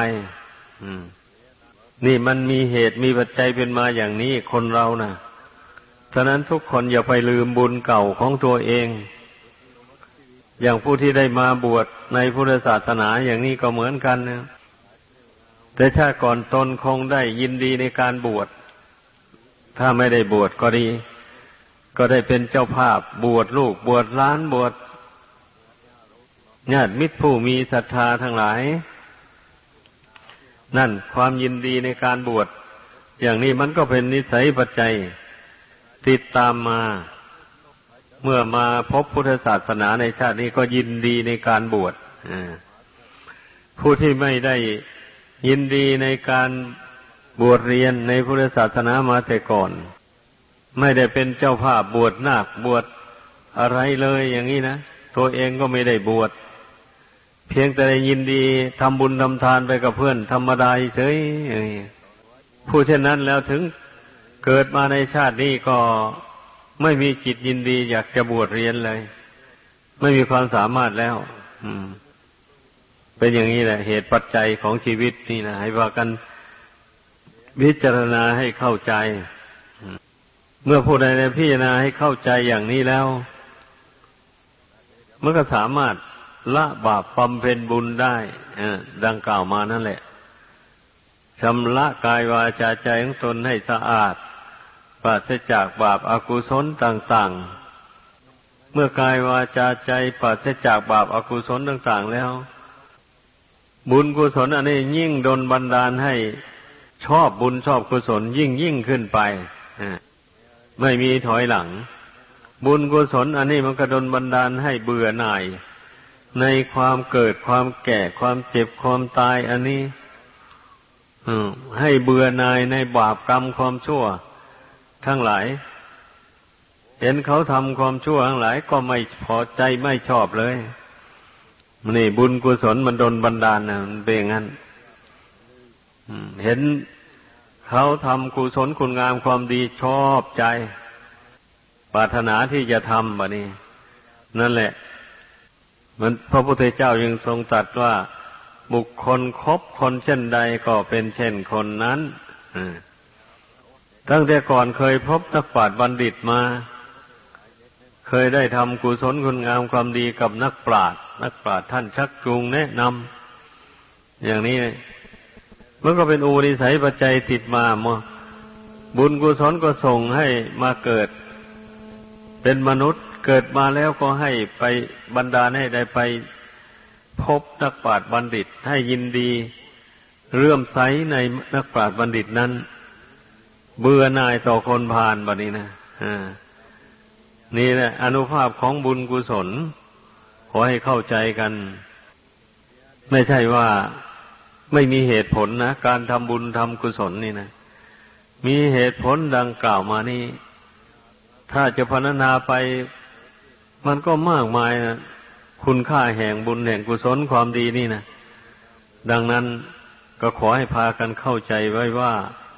นี่มันมีเหตุมีปัจจัยเป็นมาอย่างนี้คนเรานะฉะนั้นทุกคนอย่าไปลืมบุญเก่าของตัวเองอย่างผู้ที่ได้มาบวชในพุทธศาสนาอย่างนี้ก็เหมือนกันนะแต่ชาติก่อนตนคงได้ยินดีในการบวชถ้าไม่ได้บวชก็ดีก็ได้เป็นเจ้าภาพบวชลูกบวชหลานบวชญาติมิตรผู้มีศรัทธาทั้งหลายนั่นความยินดีในการบวชอย่างนี้มันก็เป็นนิสัยปัจจัยติดตามมาเมื่อมาพบพุทธศาสนาในชาตินี้ก็ยินดีในการบวชผู้ที่ไม่ได้ยินดีในการบวชเรียนในพุทธศาสนามาแต่ก่อนไม่ได้เป็นเจ้าภาพบวชนาคบวชอะไรเลยอย่างนี้นะตัวเองก็ไม่ได้บวชเพียงแต่ได้ยินดีทำบุญทำทานไปกับเพื่อนธรรมดาเฉยผู้เช่นนั้นแล้วถึงเกิดมาในชาตินี้ก็ไม่มีจิตยินดีอยากจะบวชเรียนเลยไม่มีความสามารถแล้วเป็นอย่างนี้แหละเหตุปัจจัยของชีวิตนี่นะให้ว่ากันพิจารณาให้เข้าใจเมื่อผู้ใดได้พิจารณาให้เข้าใจอย่างนี้แล้วมันก็สามารถละบาปบำเพ็ญบุญได้ดังกล่าวมานั่นแหละชำระกายวาจาใจของตนให้สะอาดปราศจากบาปอกุศลต่างๆเมื่อกายวาจาใจปราศจากบาปอกุศลต่างๆแล้วบุญกุศลอันนี้ยิ่งดลบันดาลให้ชอบบุญชอบกุศลยิ่งขึ้นไปไม่มีถอยหลังบุญกุศลอันนี้มันก็ดลบันดาลให้เบื่อหน่ายในความเกิดความแก่ความเจ็บความตายอันนี้ให้เบื่อหน่ายในบาปกรรมความชั่วทั้งหลายเห็นเขาทำความชั่วทั้งหลายก็ไม่พอใจไม่ชอบเลยนี่บุญกุศลมันดลบันดาลนะมันเป็นอย่างนั้นเห็นเขาทำกุศลคุณงามความดีชอบใจปรารถนาที่จะทำแบบนี้นั่นแหละมันพระพุทธเจ้ายังทรงตรัสว่าบุคคลคบคนเช่นใดก็เป็นเช่นคนนั้นตั้งแต่ก่อนเคยพบนักปราชญ์บัณฑิตมาเคยได้ทำกุศลคุณงามความดีกับนักปราชญ์ท่านชักจูงแนะนำอย่างนี้มันก็เป็นอุปนิสัยปัจจัยติดมาบุญกุศลก็ส่งให้มาเกิดเป็นมนุษย์เกิดมาแล้วก็ให้ไปบันดาลให้ได้ไปพบนักปราชญ์บัณฑิตให้ยินดีเลื่อมใสในนักปราชญ์บัณฑิตนั้นเบื่อหน่ายต่อคนพาลบัดนี้นะนี่แหละอานุภาพของบุญกุศลขอให้เข้าใจกันไม่ใช่ว่าไม่มีเหตุผลนะการทำบุญทำกุศลนี่นะมีเหตุผลดังกล่าวมานี่ถ้าจะพรรณนาไปมันก็มากมายนะคุณค่าแห่งบุญแห่งกุศลความดีนี่นะดังนั้นก็ขอให้พากันเข้าใจไว้ว่า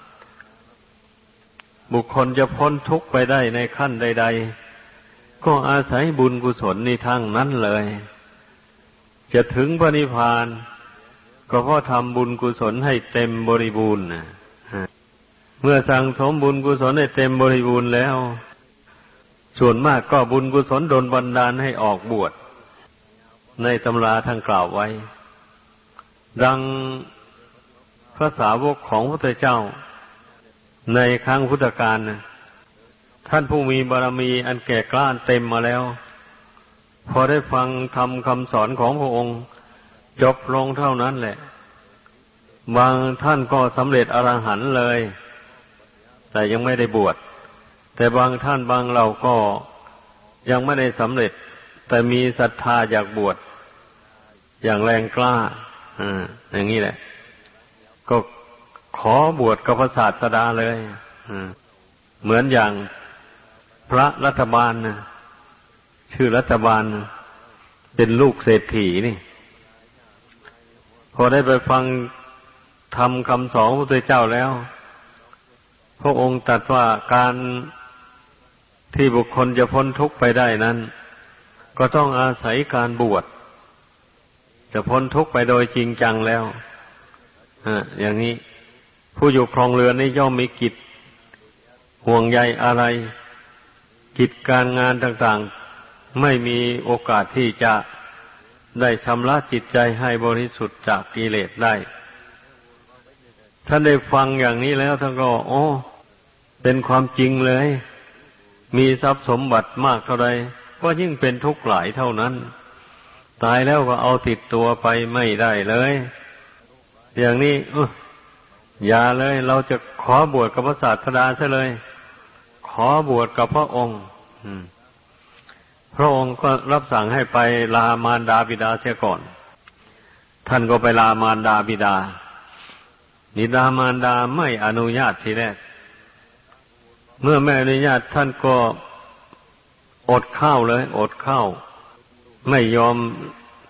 บุคคลจะพ้นทุกข์ไปได้ในขั้นใดๆก็อาศัยบุญกุศลนี่ทั้งนั้นเลยจะถึงพระนิพพานก็เพราะทำบุญกุศลให้เต็มบริบูรณ์เมื่อสั่งสมบุญกุศลให้เต็มบริบูรณ์แล้วส่วนมากก็บุญกุศลดลบันดาลให้ออกบวชในตำราทั้งกล่าวไว้ดังพระสาวกของพระพุทธเจ้าในครั้งพุทธกาลท่านผู้มีบารมีอันแก่กล้าเต็มมาแล้วพอได้ฟังธรรมคำสอนของพระองค์จบลงเท่านั้นแหละบางท่านก็สำเร็จอรหันต์เลยแต่ยังไม่ได้บวชแต่บางท่านบางเราก็ยังไม่ได้สำเร็จแต่มีศรัทธาอยากบวชอย่างแรงกล้าอย่างนี้แหละก็ขอบวชกับพระศาสดาเลยเหมือนอย่างพระรัฐบาลนะชื่อรัฐบาลเป็นลูกเศรษฐีนี่พอได้ไปฟังธรรมคำสอนของพระพุทธเจ้าแล้วพระองค์ตรัสว่าการที่บุคคลจะพ้นทุกข์ไปได้นั้นก็ต้องอาศัยการบวชจะพ้นทุกข์ไปโดยจริงจังแล้วอย่างนี้ผู้อยู่ครองเรือนนี่ย่อมมีกิจห่วงใยอะไรกิจการงานต่างๆไม่มีโอกาสที่จะได้ชำระจิตใจให้บริสุทธิ์จากกิเลสได้ท่านได้ฟังอย่างนี้แล้วท่านก็เป็นความจริงเลยมีทรัพย์สมบัติมากเท่าใดก็ยิ่งเป็นทุกข์หลายเท่านั้นตายแล้วก็เอาติดตัวไปไม่ได้เลยอย่างนี้อย่าเลยเราจะขอบวชกับพระศาสดาซะเลยขอบวชกับพระองค์พระองค์ก็รับสั่งให้ไปลามารดาบิดาเสียก่อนท่านก็ไปลามารดาบิดาบิดามารดาไม่อนุญาตทีแรกเมื่อไม่อนุญาตท่านก็อดข้าวเลยอดข้าวไม่ยอม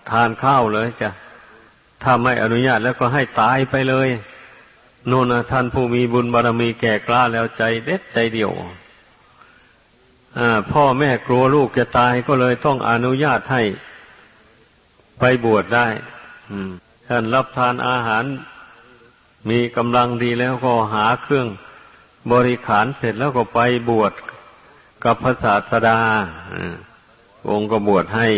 ทานข้าวเลยจ้ะถ้าไม่อนุญาตแล้วก็ให้ตายไปเลยโน่นนะท่านผู้มีบุญบารมีแก่กล้าแล้วใจเด็ดใจเดียวพ่อแม่กลัวลูกจะตายก็เลยต้องอนุญาตให้ไปบวชได้ท่านรับทานอาหารมีกำลังดีแล้วก็หาเครื่องบริขารเสร็จแล้วก็ไปบวชกับพระศาสดาองค์ก็บวชให้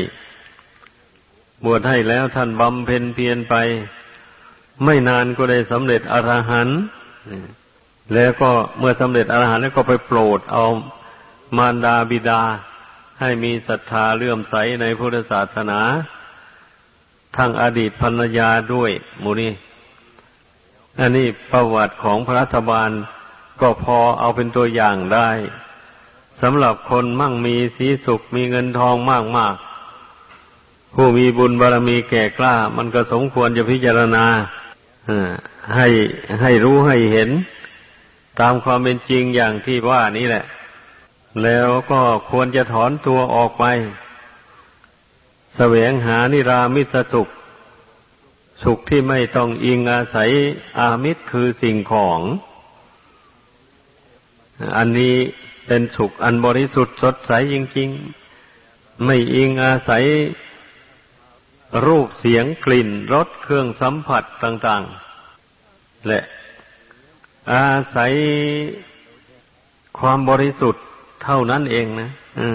แล้วท่านบำเพ็ญเพียรไปไม่นานก็ได้สำเร็จอรหันต์แล้วก็เมื่อสำเร็จอรหันต์แล้วก็ไปโปรดเอามารดาบิดาให้มีศรัทธาเลื่อมใสในพุทธศาสนาทั้งอดีตภรรยาด้วยหมู่นี้อันนี้ประวัติของพระรัฐบาลก็พอเอาเป็นตัวอย่างได้สำหรับคนมั่งมีสีสุขมีเงินทองมากๆผู้มีบุญบารมีแก่กล้ามันก็สมควรจะพิจารณาให้รู้ให้เห็นตามความเป็นจริงอย่างที่ว่านี้แหละแล้วก็ควรจะถอนตัวออกไปแสวงหานิรามิตสุขที่ไม่ต้องอิงอาศัยอามิตรคือสิ่งของอันนี้เป็นสุขอันบริสุทธิ์สดใสจริงๆไม่อิงอาศัยรูปเสียงกลิ่นรสเครื่องสัมผัสต่างๆและอาศัยความบริสุทธิ์เท่านั้นเองนะ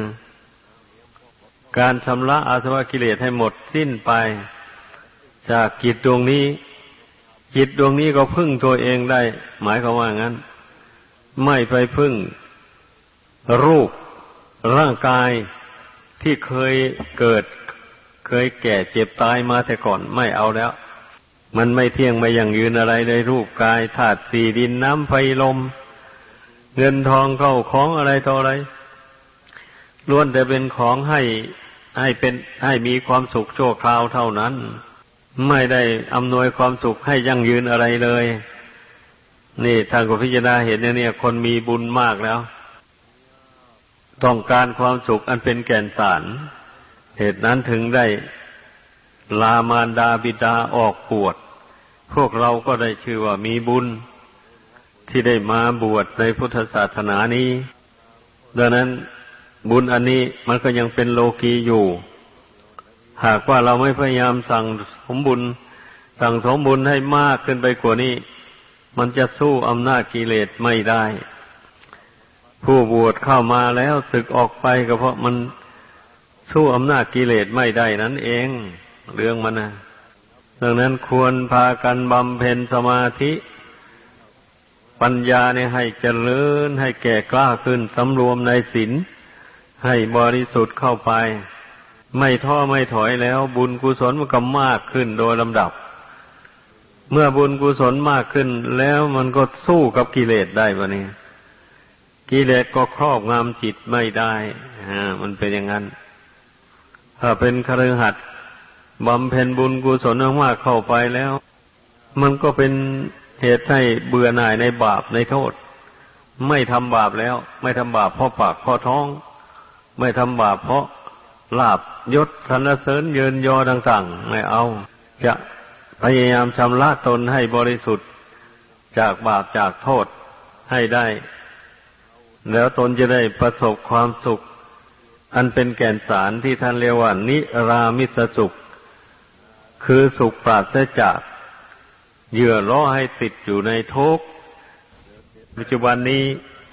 การชำระอาสวะกิเลสให้หมดสิ้นไปจากจิตดวงนี้จิตดวงนี้ก็พึ่งตัวเองได้หมายความว่างั้นไม่ไปพึ่งรูปร่างกายที่เคยเกิดเคยแก่เจ็บตายมาแต่ก่อนไม่เอาแล้วมันไม่เที่ยงไม่ยั่งยืนอะไรเลยรูปกายธาตุสี่ดินน้ำไฟลมเงินทองเข้าของอะไรต่ออะไรล้วนแต่เป็นของให้มีความสุขชั่วคราวเท่านั้นไม่ได้อำนวยความสุขให้ยั่งยืนอะไรเลยนี่ทางก็พิจารณาเห็นเนี่ยคนมีบุญมากแล้วต้องการความสุขอันเป็นแก่นสารเหตุนั้นถึงได้ลามารดาบิดาออกบวชพวกเราก็ได้ชื่อว่ามีบุญที่ได้มาบวชในพุทธศาสนานี้ดังนั้นบุญอันนี้มันก็ยังเป็นโลกีอยู่หากว่าเราไม่พยายามสั่งสมบุญให้มากขึ้นไปกว่านี้มันจะสู้อำนาจกิเลสไม่ได้ผู้บวชเข้ามาแล้วสึกออกไปก็เพราะมันสู้อำนาจกิเลสไม่ได้นั่นเองเรื่องมันนะดังนั้นควรพากันบำเพ็ญสมาธิปัญญาเนี่ยให้เจริญให้แก่กล้าขึ้นสำรวมในศีลให้บริสุทธิ์เข้าไปไม่ท้อไม่ถอยแล้วบุญกุศลมันก็มากขึ้นโดยลำดับเมื่อบุญกุศลมากขึ้นแล้วมันก็สู้กับกิเลสได้ปะเนี่ยกิเลสก็ครอบงำจิตไม่ได้มันเป็นอย่างนั้นถ้าเป็นคฤหัสถ์บำเพ็ญบุญกุศลมากเข้าไปแล้วมันก็เป็นเหตุให้เบื่อหน่ายในบาปในโทษไม่ทำบาปแล้วไม่ทำบาปเพราะปากเพราะท้องไม่ทำบาปเพราะลาภยศสรรเสริญเยินยอต่างๆไม่เอาจะพยายามชำระตนให้บริสุทธิ์จากบาปจากโทษให้ได้แล้วตนจะได้ประสบความสุขอันเป็นแก่นสารที่ท่านเรียกว่านิรามิตสุขคือสุขปราศจากเหยื่อล่อให้ติดอยู่ในทุกข์ปัจจุบันนี้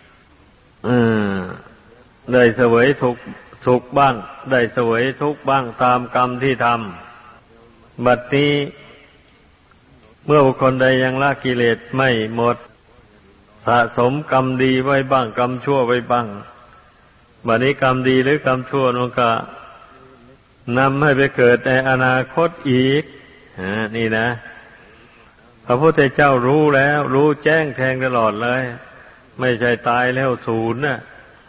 ได้เสวยสุขบ้างได้เสวยทุกข์บ้างตามกรรมที่ทำบัดนี้เมื่อบุคคลใดยังละกิเลสไม่หมดสะสมกรรมดีไว้บ้างกรรมชั่วไว้บ้างบัดนี้กรรมดีหรือกรรมชั่วนั่นก็นำให้ไปเกิดในอนาคตอีกนี่นะพระพุทธเจ้ารู้แล้วรู้แจ้งแทงตลอดเลยไม่ใช่ตายแล้วศูนย์น่ะ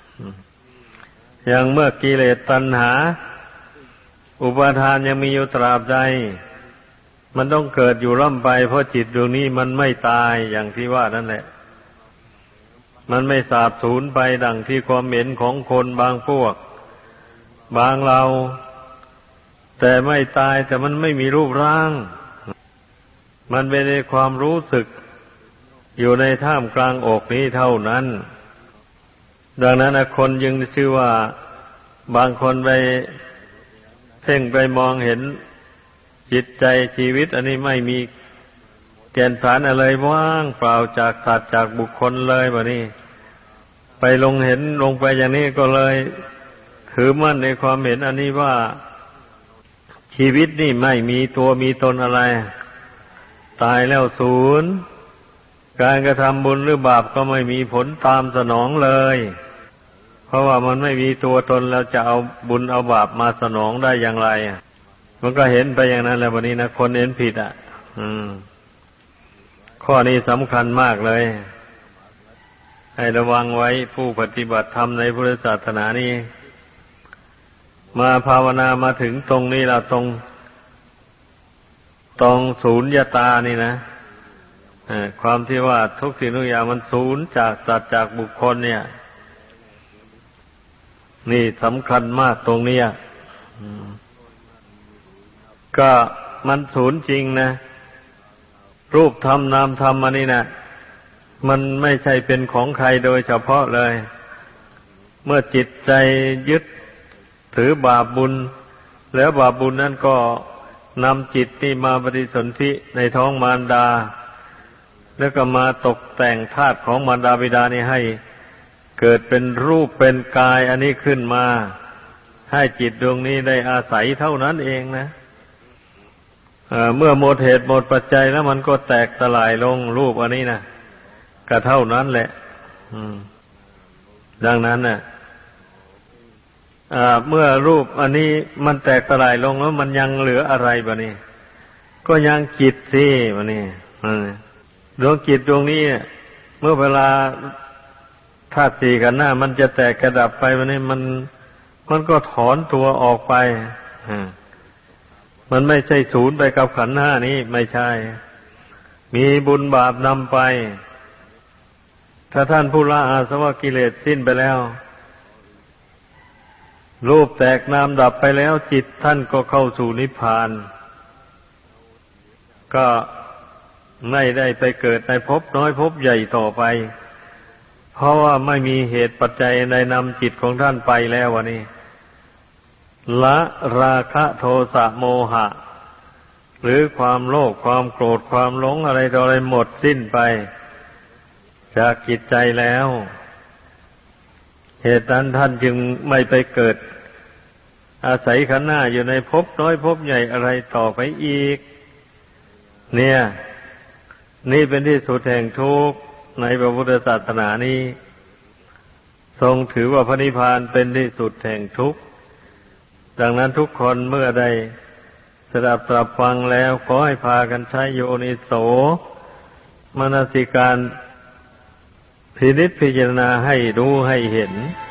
อย่างเมื่อกิเลสตัณหาอุปาทานยังมีอยู่ตราบใดมันต้องเกิดอยู่ร่ำไปเพราะจิตดวงนี้มันไม่ตายอย่างที่ว่านั่นแหละมันไม่สาบสูญไปดังที่ความเห็นของคนบางพวกบางเราแต่ไม่ตายแต่มันไม่มีรูปร่าง มันเป็นในความรู้สึกอยู่ในท่ามกลางอกนี้เท่านั้นดังนั้นคนยังชื่อว่าบางคนไปเพ่งไปมองเห็นจิตใจชีวิตอันนี้ไม่มีแก่นสารอะไรว่างเปล่าจากสัตว์จากบุคคลเลยแบบนี้ไปลงไปอย่างนี้ก็เลยถือมั่นในความเห็นอันนี้ว่าชีวิตนี่ไม่มีตัวมีตนอะไรตายแล้วศูนย์การกระทำบุญหรือบาปก็ไม่มีผลตามสนองเลยเพราะว่ามันไม่มีตัวตนแล้วจะเอาบุญเอาบาปมาสนองได้อย่างไรมันก็เห็นไปอย่างนั้นแหละวันนี้นะคนเห็นผิดข้อนี้สำคัญมากเลยให้ระวังไว้ผู้ปฏิบัติธรรมในพุทธศาสนานี้มาภาวนามาถึงตรงนี้เราตรงสูญญตานี่นะความที่ว่าทุกสิ่งทุกอย่างมันสูญจากสัตว์จากบุคคลเนี่ยนี่สำคัญมากตรงนี้ก็มันสูญจริงนะรูปธรรมนามธรรมอันนี้นะมันไม่ใช่เป็นของใครโดยเฉพาะเลยเมื่อจิตใจยึดถือบาปบุญแล้วบาปบุญนั้นก็นำจิตนี่มาปฏิสนธิในท้องมารดาแล้วก็มาตกแต่งธาตุของมารดาบิดานี่ให้เกิดเป็นรูปเป็นกายอันนี้ขึ้นมาให้จิตดวงนี้ได้อาศัยเท่านั้นเองนะเมื่อหมดเหตุหมดปัจจัยแล้วมันก็แตกสลายลงรูปอันนี้นะก็เท่านั้นแหละดังนั้นน่ะเมื่อรูปอันนี้มันแตกสลายลงแล้วมันยังเหลืออะไรบะนี่ก็ยังจิตสิบะนี่ดวงจิตดวงนี้เมื่อเวลาธาตุสี่ขันธ์หน้ามันจะแตกกระดับไปบะนี่มันก็ถอนตัวออกไปมันไม่ใช่สูญไปกับขันธ์ห้านี้ไม่ใช่มีบุญบาปนำไปถ้าท่านผู้ละอาสวะกิเลสสิ้นไปแล้วรูปแตกนามดับไปแล้วจิตท่านก็เข้าสู่นิพพานก็ไม่ได้ไปเกิดในภพน้อยภพใหญ่ต่อไปเพราะว่าไม่มีเหตุปัจจัยในนำจิตของท่านไปแล้ววันนี้ละราคะโทสะโมหะหรือความโลภความโกรธความหลงอะไรต่ออะไรหมดสิ้นไปจากจิตใจแล้วเหตุนั้นท่านจึงไม่ไปเกิดอาศัยขันธ์หน้าอยู่ในภพน้อยภพใหญ่อะไรต่อไปอีกเนี่ยนี่เป็นที่สุดแห่งทุกข์ในพระพุทธศาสนานี้ทรงถือว่าพระนิพพานเป็นที่สุดแห่งทุกข์ดังนั้นทุกคนเมื่อได้สดับตรับฟังแล้วขอให้พากันใช้โยนิโสมนสิการพินิจพิจารณาให้รู้ให้เห็น